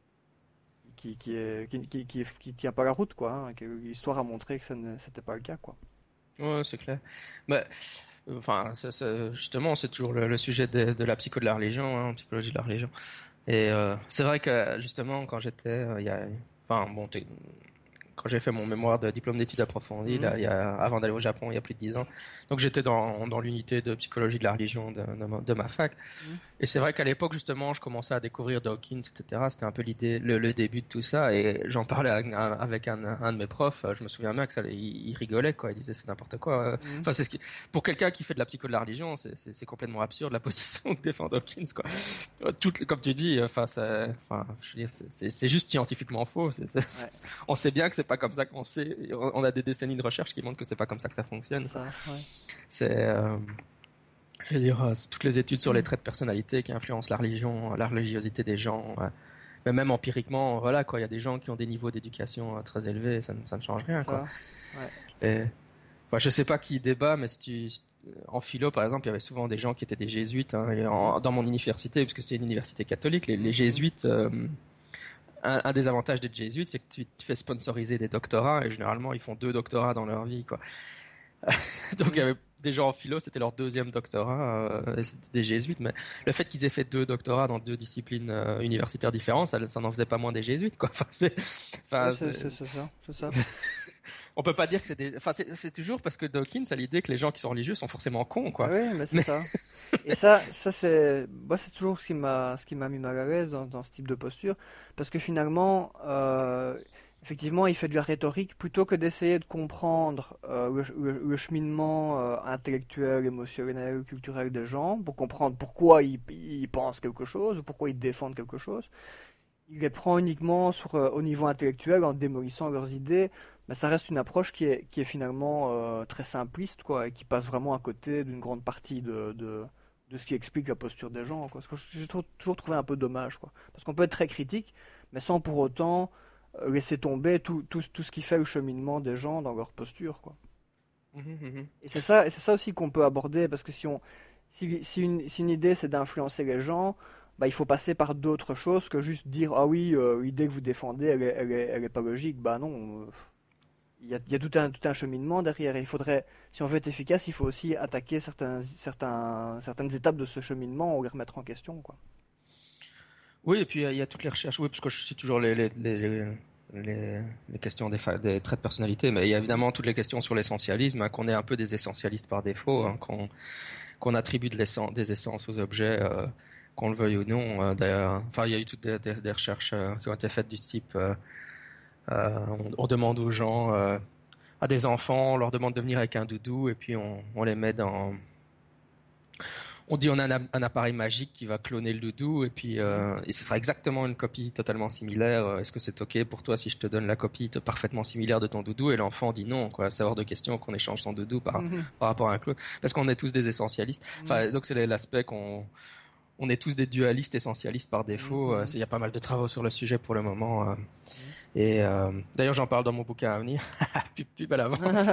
qui, qui, est, qui, qui, qui, qui tient pas la route, quoi. Hein, que l'histoire a montré que ça ne- c'était pas le cas, quoi. Ouais, c'est clair. Bah, enfin, ça, ça- justement, c'est toujours le, le sujet de, de la psycho de la religion, hein, psychologie de la religion. Et euh, c'est vrai que justement, quand j'étais, euh, il y a, enfin, bon, t'es- quand j'ai fait mon mémoire de diplôme d'études approfondies, mmh. là, il y a, avant d'aller au Japon, il y a plus de dix ans. Donc j'étais dans, dans l'unité de psychologie de la religion de, de, ma, de ma fac. Mmh. Et c'est vrai qu'à l'époque, justement, je commençais à découvrir Dawkins, et cetera. C'était un peu l'idée, le, le début de tout ça. Et j'en parlais avec un, un de mes profs. Je me souviens bien que ça, il, il rigolait, quoi. Il disait c'est n'importe quoi. Mmh. Enfin, c'est ce qui, pour quelqu'un qui fait de la psycho de la religion, c'est, c'est, c'est complètement absurde la position que défend Dawkins, quoi. Tout, comme tu dis, enfin, ça, enfin, je veux dire, c'est, c'est, c'est juste scientifiquement faux. C'est, c'est, ouais. On sait bien que c'est pas comme ça qu'on sait. On a des décennies de recherche qui montrent que c'est pas comme ça que ça fonctionne. Ça, ouais. C'est, euh, je veux dire, c'est toutes les études sur les traits de personnalité qui influencent la religion, la religiosité des gens. Ouais. Mais même empiriquement, voilà, quoi. Il y a des gens qui ont des niveaux d'éducation très élevés, ça ne, ça ne change rien, ça, quoi. Ouais. Et, enfin, je sais pas qui débat, mais si tu, en philo, par exemple, il y avait souvent des gens qui étaient des jésuites. Hein, et en, dans mon université, parce que c'est une université catholique, les, les jésuites. Euh, Un, un des avantages d'être jésuite, c'est que tu te fais sponsoriser des doctorats et généralement ils font deux doctorats dans leur vie, quoi. Donc il y avait des gens en philo, c'était leur deuxième doctorat, euh, c'était des jésuites, mais le fait qu'ils aient fait deux doctorats dans deux disciplines euh, universitaires différentes, ça, ça n'en faisait pas moins des jésuites, quoi. Enfin, c'est, enfin, ouais, c'est, c'est... c'est ça, c'est ça. On peut pas dire que c'est des, enfin, c'est, c'est toujours parce que Dawkins a l'idée que les gens qui sont religieux sont forcément cons, quoi. Oui, mais c'est mais... ça. Et ça, ça c'est, moi, c'est toujours ce qui m'a, ce qui m'a mis mal à l'aise dans, dans ce type de posture, parce que finalement, euh, effectivement, il fait de la rhétorique plutôt que d'essayer de comprendre euh, le, le, le cheminement euh, intellectuel, émotionnel, culturel des gens, pour comprendre pourquoi ils, ils pensent quelque chose ou pourquoi ils défendent quelque chose. Il les prend uniquement sur, euh, au niveau intellectuel en démolissant leurs idées, mais ça reste une approche qui est, qui est finalement euh, très simpliste, quoi, et qui passe vraiment à côté d'une grande partie de, de, de ce qui explique la posture des gens, quoi. Ce que j'ai toujours trouvé un peu dommage, quoi. Parce qu'on peut être très critique, mais sans pour autant euh, laisser tomber tout, tout, tout ce qui fait le cheminement des gens dans leur posture, quoi. Mmh, mmh. Et c'est ça, et c'est ça aussi qu'on peut aborder, parce que si, on, si, si, une, si une idée c'est d'influencer les gens, bah, il faut passer par d'autres choses que juste dire ah oui, euh, l'idée que vous défendez, elle est, elle est, elle est pas logique. Bah non, euh, il y a, il y a tout un, tout un cheminement derrière. Et il faudrait, si on veut être efficace, il faut aussi attaquer certains, certains, certaines étapes de ce cheminement ou les remettre en question, quoi. Oui, et puis il y a toutes les recherches. Oui, parce que je suis toujours les, les, les, les, les questions des, fa- des traits de personnalité, mais il y a évidemment toutes les questions sur l'essentialisme, hein, qu'on est un peu des essentialistes par défaut, hein, qu'on, qu'on attribue de l'essence, des essences aux objets. Euh, qu'on le veuille ou non, euh, d'ailleurs. Enfin, il y a eu toutes des, des, des recherches euh, qui ont été faites du type euh, euh, on, on demande aux gens, euh, à des enfants, on leur demande de venir avec un doudou et puis on, on les met dans... On dit on a un, un appareil magique qui va cloner le doudou et puis euh, et ce sera exactement une copie totalement similaire. Est-ce que c'est ok pour toi si je te donne la copie parfaitement similaire de ton doudou? Et l'enfant dit non, quoi. C'est hors de question qu'on échange son doudou par, mm-hmm. par rapport à un clone. Parce qu'on est tous des essentialistes. Enfin, donc c'est l'aspect qu'on... On est tous des dualistes essentialistes par défaut. Il mmh. y a pas mal de travaux sur le sujet pour le moment. Euh, mmh. Et euh, d'ailleurs, j'en parle dans mon bouquin à venir. Pub, pub à l'avance.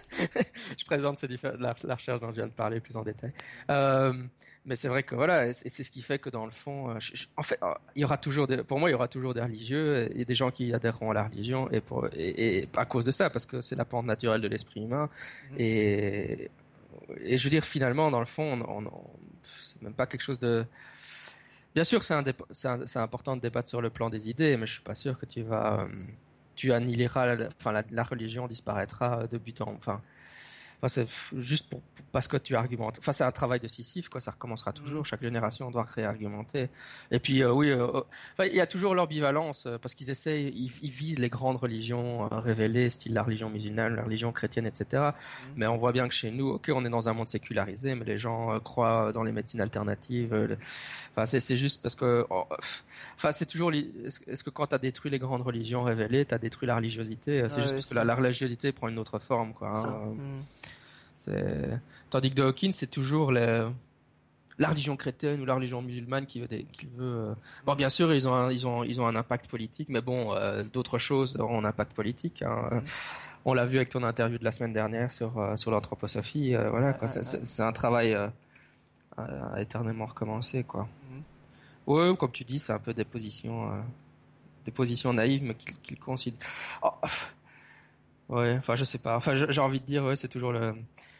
Je présente ces diffé- la, la recherche dont je viens de parler plus en détail. Euh, mais c'est vrai que voilà, et c'est, c'est ce qui fait que dans le fond, euh, je, je, en fait, euh, il y aura toujours, des, pour moi, il y aura toujours des religieux et des gens qui adhéreront à la religion et, pour, et, et à cause de ça, parce que c'est la pente naturelle de l'esprit humain. Mmh. Et, et je veux dire, finalement, dans le fond, on, on, c'est même pas quelque chose de... Bien sûr, c'est, un dé... c'est, un... c'est important de débattre sur le plan des idées, mais je suis pas sûr que tu vas, euh... tu annihileras, la... enfin, la... la religion disparaîtra de but en, enfin, enfin c'est juste pour... pour parce que tu argumentes. Enfin, c'est un travail de Sisyphe, quoi. Ça recommencera toujours. Mmh. Chaque génération doit réargumenter. Et puis, euh, oui, euh... enfin, il y a toujours l'ambivalence parce qu'ils essayent, ils, ils visent les grandes religions euh, révélées, style la religion musulmane, la religion chrétienne, et cetera. Mmh. Mais on voit bien que chez nous, ok, on est dans un monde sécularisé, mais les gens euh, croient dans les médecines alternatives. Euh, le... Enfin, c'est, c'est juste parce que, oh, enfin, c'est toujours. Est-ce, est-ce que quand t'as détruit les grandes religions révélées, t'as détruit la religiosité? C'est ah, juste oui, parce que la, la religiosité prend une autre forme, quoi. Hein. Mmh. C'est... Tandis que Dawkins, c'est toujours les... la religion chrétienne ou la religion musulmane qui veut, des... qui veut... Bon, bien sûr, ils ont un, ils ont, ils ont un impact politique, mais bon, euh, d'autres choses auront un impact politique. Hein. Mm. On l'a vu avec ton interview de la semaine dernière sur, euh, sur l'anthroposophie. Euh, voilà, quoi. C'est, c'est, c'est un travail euh, à, à éternellement recommencer, quoi. Mm. Ouais, comme tu dis, c'est un peu des positions, euh, des positions naïves, mais qu'il, qu'il considère. Oh. Ouais, enfin, je sais pas. Enfin, j'ai envie de dire, ouais, c'est toujours le.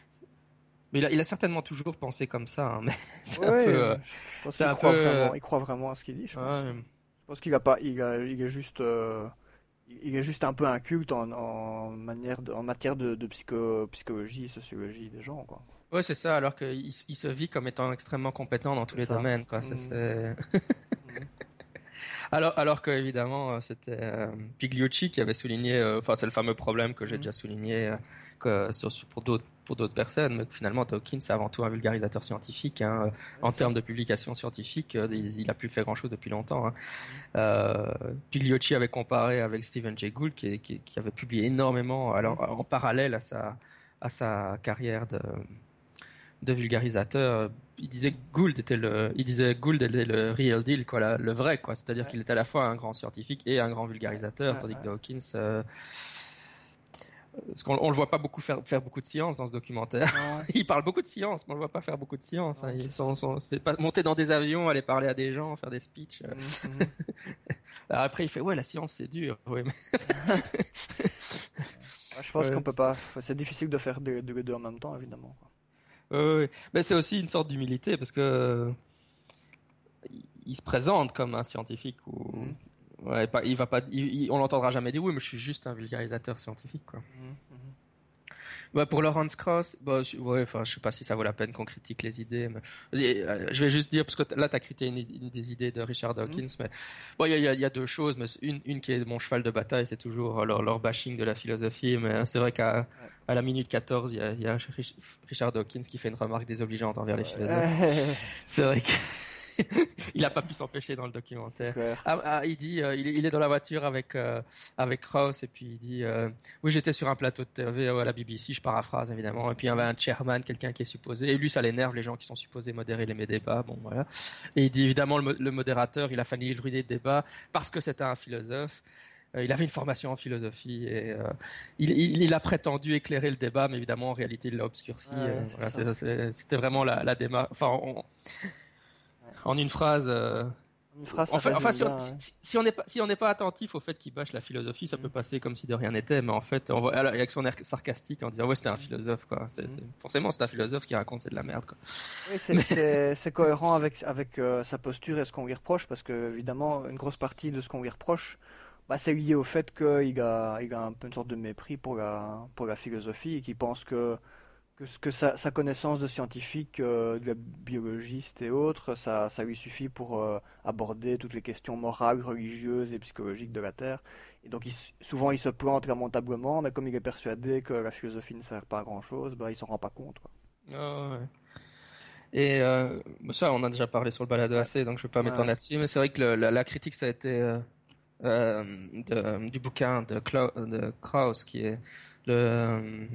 Mais il a, il a certainement toujours pensé comme ça, hein, mais c'est ouais, un peu. Euh, je pense c'est qu'il un croit peu. Vraiment, il croit vraiment à ce qu'il dit. Je pense. Ouais. Je pense qu'il a pas, il a, il est juste. Euh, il est juste un peu inculte en, en, manière de, en matière de, de psycho, psychologie, sociologie des gens, quoi. Ouais, c'est ça, alors qu'il il se vit comme étant extrêmement compétent dans tous C'est les ça. domaines, quoi. Ça, Mm. c'est... Mm. Alors, alors que évidemment, c'était euh, Pigliucci qui avait souligné, euh, enfin, c'est le fameux problème que j'ai Mm. déjà souligné euh, que, sur, pour d'autres pour d'autres personnes, mais que finalement Dawkins c'est avant tout un vulgarisateur scientifique. Hein, Ouais, en c'est termes ça. de publications scientifiques, euh, il, il a plus fait grand chose depuis longtemps. Hein. Mm. Euh, Pigliucci avait comparé avec Stephen Jay Gould qui, qui, qui avait publié énormément alors, Mm. en parallèle à sa à sa carrière de de vulgarisateur. Il disait que Gould était le, il disait Gould était le real deal, quoi, la, le vrai, quoi. C'est-à-dire Ouais. qu'il était à la fois un grand scientifique et un grand vulgarisateur, Ouais, tandis ouais. que Dawkins, euh, parce qu'on on le voit pas beaucoup faire, faire beaucoup de science dans ce documentaire. Non. Il parle beaucoup de science, mais on le voit pas faire beaucoup de science. Non, Hein. Ils c'est sont, sont, c'est pas monter dans des avions, aller parler à des gens, faire des speeches. Mm. Mm. Alors après, il fait ouais, la science c'est dur. Ouais, mais... Ouais, je pense ouais, qu'on peut c'est... pas. C'est difficile de faire deux, deux, deux en même temps, évidemment, quoi. Ouais, ouais. Mais c'est aussi une sorte d'humilité parce que il se présente comme un scientifique ou Mm. ouais, pas, il va pas, il, il, on l'entendra jamais dire oui, mais je suis juste un vulgarisateur scientifique, quoi. Mm. Mm. Bah, pour Lawrence Krauss, bah, ouais, enfin, je sais pas si ça vaut la peine qu'on critique les idées, mais je vais juste dire parce que là, t'as critiqué une, une des idées de Richard Dawkins, Mm. mais bon, il y a, il y a deux choses, mais une, une qui est mon cheval de bataille, c'est toujours leur, leur bashing de la philosophie, mais c'est vrai qu'à Ouais. à la minute quatorze, il y a, il y a Richard Dawkins qui fait une remarque désobligeante envers les philosophes. Ouais. C'est vrai que il a pas pu s'empêcher dans le documentaire. Ah, ah, il dit, euh, il, est, il est dans la voiture avec euh, avec Krauss et puis il dit, euh, oui, j'étais sur un plateau de T V à la B B C, je paraphrase évidemment, et puis il y avait un chairman, quelqu'un qui est supposé, et lui ça l'énerve les gens qui sont supposés modérer les mes débats, bon voilà. Et il dit évidemment le, le modérateur, il a failli ruiner le débat parce que c'était un philosophe. Euh, il avait une formation en philosophie et euh, il, il, il a prétendu éclairer le débat, mais évidemment en réalité il l'a obscurci. Ouais, euh, c'est voilà, ça. c'est, c'est, c'était vraiment la, la démarche. Enfin, on, en une phrase. Euh... Une phrase, ça En fait, résume enfin, si on, bien, ouais. si, si on n'est pas, si on n'est pas attentif au fait qu'il bâche la philosophie, ça Mm. peut passer comme si de rien n'était, mais en fait, on voit, avec son air sarcastique en disant ouais, c'était un philosophe, quoi. C'est, Mm. c'est, forcément, c'est un philosophe qui raconte c'est de la merde, quoi. Oui, c'est, c'est, c'est cohérent avec, avec euh, sa posture et ce qu'on lui reproche, parce que, évidemment, une grosse partie de ce qu'on lui reproche, bah, c'est lié au fait qu'il a, il a un peu une sorte de mépris pour la, pour la philosophie et qu'il pense que, que, ce- que sa, sa connaissance de scientifique, euh, de biologiste et autres, ça, ça lui suffit pour euh, aborder toutes les questions morales, religieuses et psychologiques de la Terre. Et donc, il s- souvent, il se plante lamentablement, mais comme il est persuadé que la philosophie ne sert pas à grand-chose, bah, il s'en rend pas compte, quoi. Oh, ouais. Et euh, ça, on a déjà parlé sur le balado Ouais, assez, donc je vais pas ouais, m'étendre ouais. là-dessus, mais c'est vrai que le, la, la critique, ça a été euh, euh, de, du bouquin de, Klau, de Krauss, qui est le euh,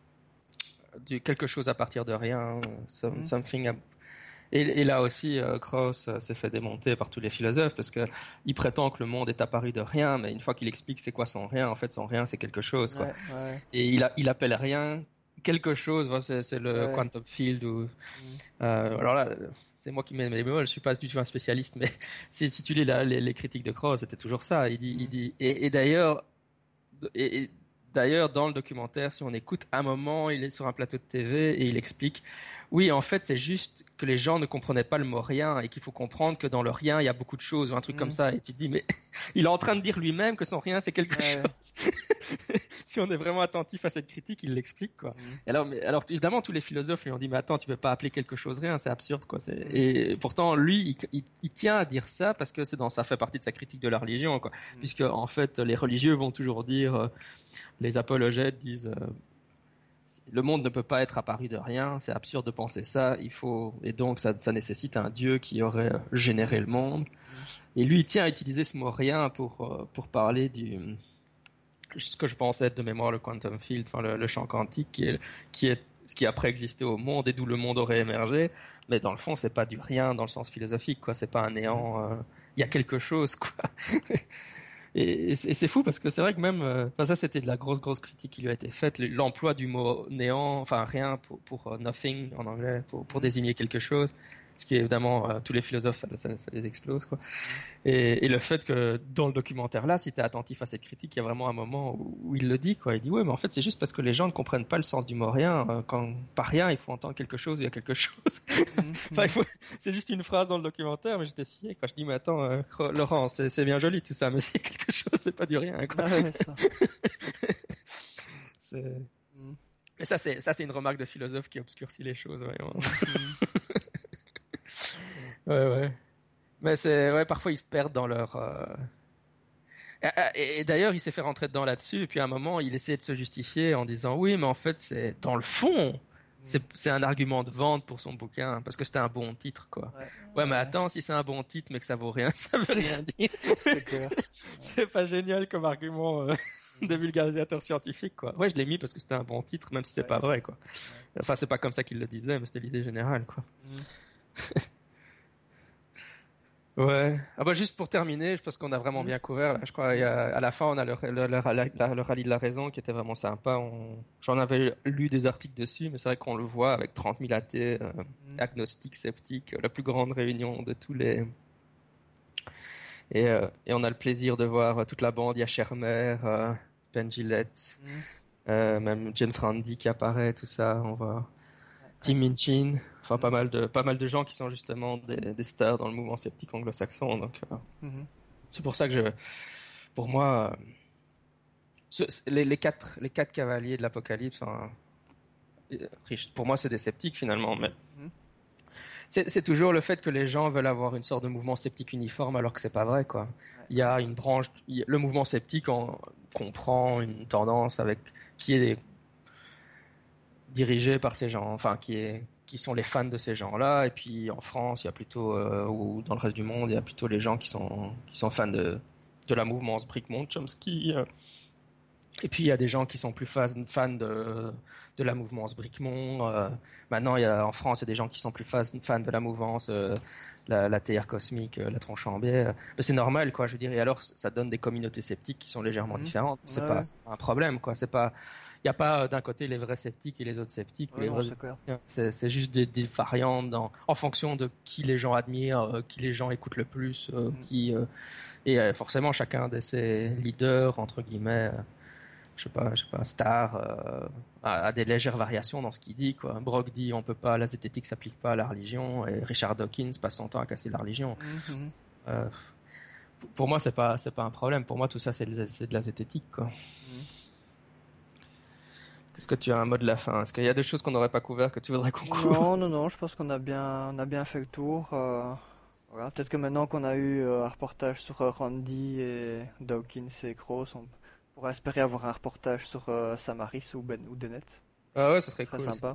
du quelque chose à partir de rien, some- Mhm. something. À... Et, et là aussi, euh, Krauss euh, s'est fait démonter par tous les philosophes parce que il prétend que le monde est apparu de rien, mais une fois qu'il explique c'est quoi son rien, en fait, son rien c'est quelque chose, quoi. Ouais, ouais, Et il, a, il appelle rien quelque chose, voilà, c'est, c'est le ouais. quantum field ou Mhm. euh, alors là, c'est moi qui mets les mots, je suis pas du tout un spécialiste, mais si, si tu lis la, les, les critiques de Krauss, c'était toujours ça. Il dit, il Mhm. dit, et, et d'ailleurs, et, et d'ailleurs dans le documentaire, si on écoute, un moment, il est sur un plateau de T V et il explique, oui, en fait, c'est juste que les gens ne comprenaient pas le mot rien et qu'il faut comprendre que dans le rien, il y a beaucoup de choses ou un truc comme Mhm. ça. Et tu te dis, mais il est en train de dire lui-même que son rien, c'est quelque Ouais. chose. Si on est vraiment attentif à cette critique, il l'explique, quoi. Mhm. Et alors, mais, alors, évidemment, tous les philosophes lui ont dit, mais attends, tu peux pas appeler quelque chose rien, c'est absurde, quoi. C'est... Mhm. Et pourtant, lui, il, il, il tient à dire ça parce que c'est dans, ça fait partie de sa critique de la religion, quoi. Mhm. Puisque, en fait, les religieux vont toujours dire, euh, les apologètes disent, euh, le monde ne peut pas être apparu de rien, c'est absurde de penser ça, il faut, et donc ça, ça nécessite un Dieu qui aurait généré le monde. Mhm. Et lui, il tient à utiliser ce mot rien pour, pour parler du, ce que je pensais être de mémoire le quantum field, enfin le, le champ quantique, qui est, qui est ce qui a préexisté au monde et d'où le monde aurait émergé. Mais dans le fond, c'est pas du rien dans le sens philosophique, quoi. C'est pas un néant. Il euh, y a quelque chose, quoi. Et, et c'est fou parce que c'est vrai que même, euh, enfin ça c'était de la grosse grosse critique qui lui a été faite, l'emploi du mot néant, enfin rien pour pour uh, nothing en anglais, pour pour désigner quelque chose. Ce qui est évidemment, euh, tous les philosophes, ça, ça, ça les explose, quoi. Et, et le fait que dans le documentaire là, si t'es attentif à cette critique, il y a vraiment un moment où, où il le dit, quoi. Il dit ouais, mais en fait c'est juste parce que les gens ne comprennent pas le sens du mot rien. Euh, quand par rien, il faut entendre quelque chose, il y a quelque chose. Mhm, enfin, il mhm. faut... c'est juste une phrase dans le documentaire, mais j'étais scié quand je dis mais attends, euh, Laurent, c'est, c'est bien joli tout ça, mais c'est quelque chose, c'est pas du rien, quoi. Ah ouais, ça. c'est... Mhm, Mais ça c'est ça c'est une remarque de philosophe qui obscurcit les choses, vraiment. mhm, mhm. ouais ouais. Mais c'est ouais, parfois ils se perdent dans leur. Euh... Et, et d'ailleurs, il s'est fait rentrer dedans là-dessus. Et puis à un moment, il essayait de se justifier en disant oui, mais en fait, c'est dans le fond, c'est c'est un argument de vente pour son bouquin parce que c'était un bon titre, quoi. Ouais, Ouais, mais ouais, attends, si c'est un bon titre mais que ça vaut rien, ça veut rien dire. c'est clair. Ouais. c'est pas génial comme argument euh, de Mhm. vulgarisateur scientifique, quoi. Ouais, je l'ai mis parce que c'était un bon titre, même si c'est Ouais, pas vrai, quoi. ouais. Enfin, c'est pas comme ça qu'il le disait, mais c'était l'idée générale, quoi. Mhm. Ouais. Ah bah juste pour terminer, je pense qu'on a vraiment Mhm. bien couvert. Là. Je crois il y a, à la fin on a le, le, le, rallye le rallye de la raison qui était vraiment sympa. On... J'en avais lu des articles dessus, mais c'est vrai qu'on le voit avec trente mille athées, euh, Mhm. agnostiques, sceptiques, la plus grande réunion de tous les. Et, euh, et on a le plaisir de voir toute la bande. Il y a Shermer, euh, Ben Gillette, Mhm. euh, même James Randi qui apparaît, tout ça. On voit Ouais, Tim ouais. Minchin. Enfin, pas Mhm. mal de pas mal de gens qui sont justement des, des stars dans le mouvement sceptique anglo-saxon. Donc. Euh, Mhm. C'est pour ça que je, pour moi, ce, les, les quatre, les quatre cavaliers de l'Apocalypse, hein, pour moi, c'est des sceptiques finalement, mais Mhm. c'est, c'est toujours le fait que les gens veulent avoir une sorte de mouvement sceptique uniforme, alors que c'est pas vrai, quoi. Ouais, Il y ouais. a une branche, il y a- le mouvement sceptique en, comprend une tendance avec qui est dirigé par ces gens, enfin qui est qui sont les fans de ces gens-là, et puis en France, il y a plutôt euh, ou dans le reste du monde, il y a plutôt les gens qui sont qui sont fans de de la mouvance Brickmont, Chomsky. Euh, Et puis il y a des gens qui sont plus fans, fans de, de la mouvance Bricmont. Euh, maintenant, il y a, en France, il y a des gens qui sont plus fans, fans de la mouvance, euh, la, la théière cosmique, euh, la tronche en biais. Euh, Mais c'est normal, quoi. Je veux dire. Et alors, ça donne des communautés sceptiques qui sont légèrement Mhm. différentes. Ouais, C'est pas, ouais. c'est pas un problème, quoi. C'est pas, il y a pas euh, d'un côté les vrais sceptiques et les autres sceptiques ou Ouais, les non, vrais c'est clair. opticiens. C'est, c'est juste des, des variantes dans, en fonction de qui les gens admirent, euh, qui les gens écoutent le plus, euh, Mhm. qui euh, et euh, forcément chacun de ces leaders entre guillemets. Euh, je sais pas, je sais pas, Star euh, a, a des légères variations dans ce qu'il dit, quoi. Brock dit on peut pas, la zététique s'applique pas à la religion, et Richard Dawkins passe son temps à casser la religion. Mhm. Euh, pour moi, c'est pas, c'est pas un problème. Pour moi, tout ça, c'est, de- c'est de la zététique, quoi. Mhm. Est-ce que tu as un mot de la fin? Est-ce qu'il y a des choses qu'on n'aurait pas couvert que tu voudrais qu'on couvre? Non, non, non, je pense qu'on a bien, on a bien fait le tour. euh, voilà. Peut-être que maintenant qu'on a eu euh, un reportage sur euh, Randy et Dawkins et Cross, on pourra espérer avoir un reportage sur euh, Samaris ou, ben, ou Dennett. Ah ouais, ça Ce serait serait cool, ça. sympa.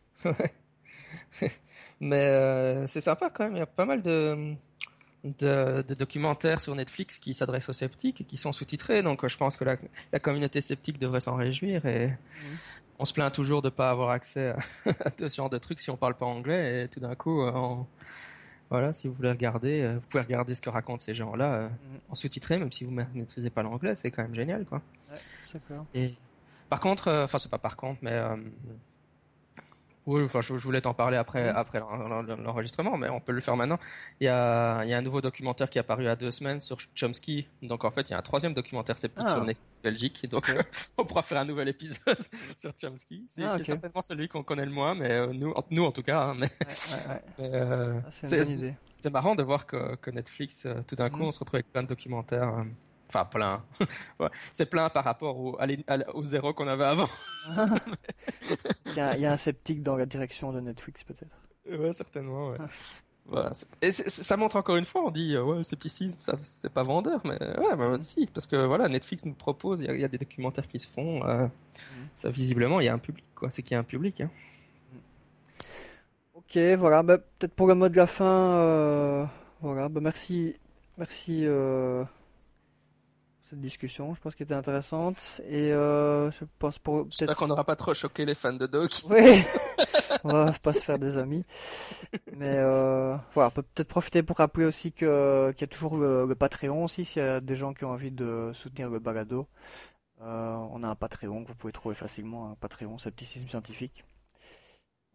Mais euh, c'est sympa quand même. Il y a pas mal de, de, de documentaires sur Netflix qui s'adressent aux sceptiques et qui sont sous-titrés. Donc euh, je pense que la, la communauté sceptique devrait s'en réjouir. Et Mhm. on se plaint toujours de pas avoir accès à, à ce genre de trucs si on parle pas anglais. Et tout d'un coup, euh, on- voilà, si vous voulez regarder, euh, vous pouvez regarder ce que racontent ces gens-là euh, Mhm. en sous-titré, même si vous ma- maîtrisez pas l'anglais. C'est quand même génial, quoi. Ouais, c'est clair. Et par contre, euh, enfin c'est pas par contre, mais euh, oui, enfin, je, je voulais t'en parler après, Mhm. après l'en- l'en- l'enregistrement, mais on peut le faire maintenant. Il y a, il y a un nouveau documentaire qui est apparu à deux semaines sur Chomsky. Donc, en fait, il y a un troisième documentaire sceptique sur Ah, Netflix Belgique. Donc, ok. on pourra faire un nouvel épisode sur Chomsky. C'est Ah, qui est ok. certainement celui qu'on connaît le moins, mais euh, nous, en, nous en tout cas. Hein, mais Ouais, ouais, ouais. mais, euh, Ah, c'est une c'est bonne idée. c'est marrant de voir que, que Netflix, euh, tout d'un coup, Mhm. on se retrouve avec plein de documentaires. euh, Enfin, plein. Ouais, c'est plein par rapport au, à l'é- à l- au zéro qu'on avait avant. Il y a, il y a un sceptique dans la direction de Netflix, peut-être. Ouais, certainement, ouais. Voilà. c'est- Et c'est- c'est- ça montre encore une fois, on dit, euh, ouais, le scepticisme, ça, c'est pas vendeur, mais ouais, bah, Mhm. si, parce que voilà, Netflix nous propose, il y, a il y a des documentaires qui se font, euh, Mhm. ça, visiblement, il y a un public, quoi, c'est qu'il y a un public, hein. Mhm. Ok, voilà. Bah, peut-être pour le mot de la fin, euh, voilà. Bah, merci, merci euh, pour cette discussion. Je pense qu'elle était intéressante. Et euh, je pense pour J'espère qu'on peut-être, n'aura pas trop choqué les fans de Doc. oui, on va pas se faire des amis. Mais euh, voilà, on peut peut-être profiter pour rappeler aussi que qu'il y a toujours le, le Patreon aussi, s'il y a des gens qui ont envie de soutenir le balado. Euh, on a un Patreon que vous pouvez trouver facilement, un Patreon Scepticisme Scientifique.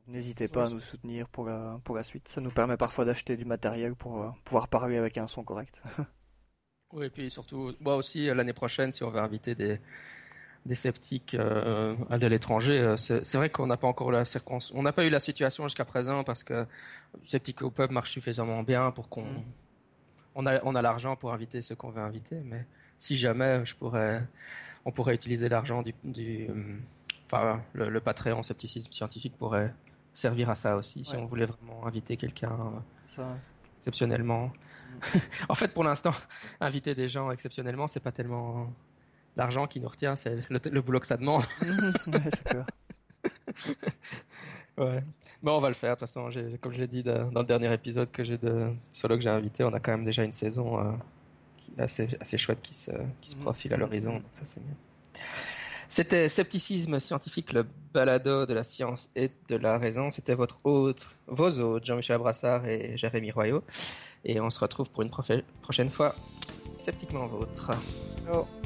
N'hésitez pas à nous soutenir pour la, pour la suite. Ça nous permet parfois d'acheter du matériel pour euh, pouvoir parler avec un son correct. Oui, et puis surtout, moi aussi, l'année prochaine, si on veut inviter des, des sceptiques euh, de l'étranger, c'est, c'est vrai qu'on n'a pas encore la circonstance, on n'a pas eu la situation jusqu'à présent parce que Sceptique au Pub marche suffisamment bien pour qu'on mm. on a, on a l'argent pour inviter ceux qu'on veut inviter, mais si jamais je pourrais, on pourrait utiliser l'argent du, du enfin, le, le Patreon Scepticisme Scientifique pourrait servir à ça aussi, si ouais. on voulait vraiment inviter quelqu'un ça. exceptionnellement. Mm. En fait, pour l'instant, inviter des gens exceptionnellement, c'est pas tellement l'argent qui nous retient, c'est le, le boulot que ça demande. Ouais, c'est clair. Ouais. Bon, on va le faire. De toute façon, j'ai, comme je l'ai dit de, dans le dernier épisode que j'ai de solo que j'ai invité, on a quand même déjà une saison euh, qui est assez, assez chouette qui se, qui se profile à l'horizon. Donc ça, c'est bien. C'était Scepticisme Scientifique, le balado de la science et de la raison. C'était votre hôte, vos hôtes, Jean-Michel Brassard et Jérémy Royaux. Et on se retrouve pour une profe- prochaine fois, sceptiquement vôtre. Oh.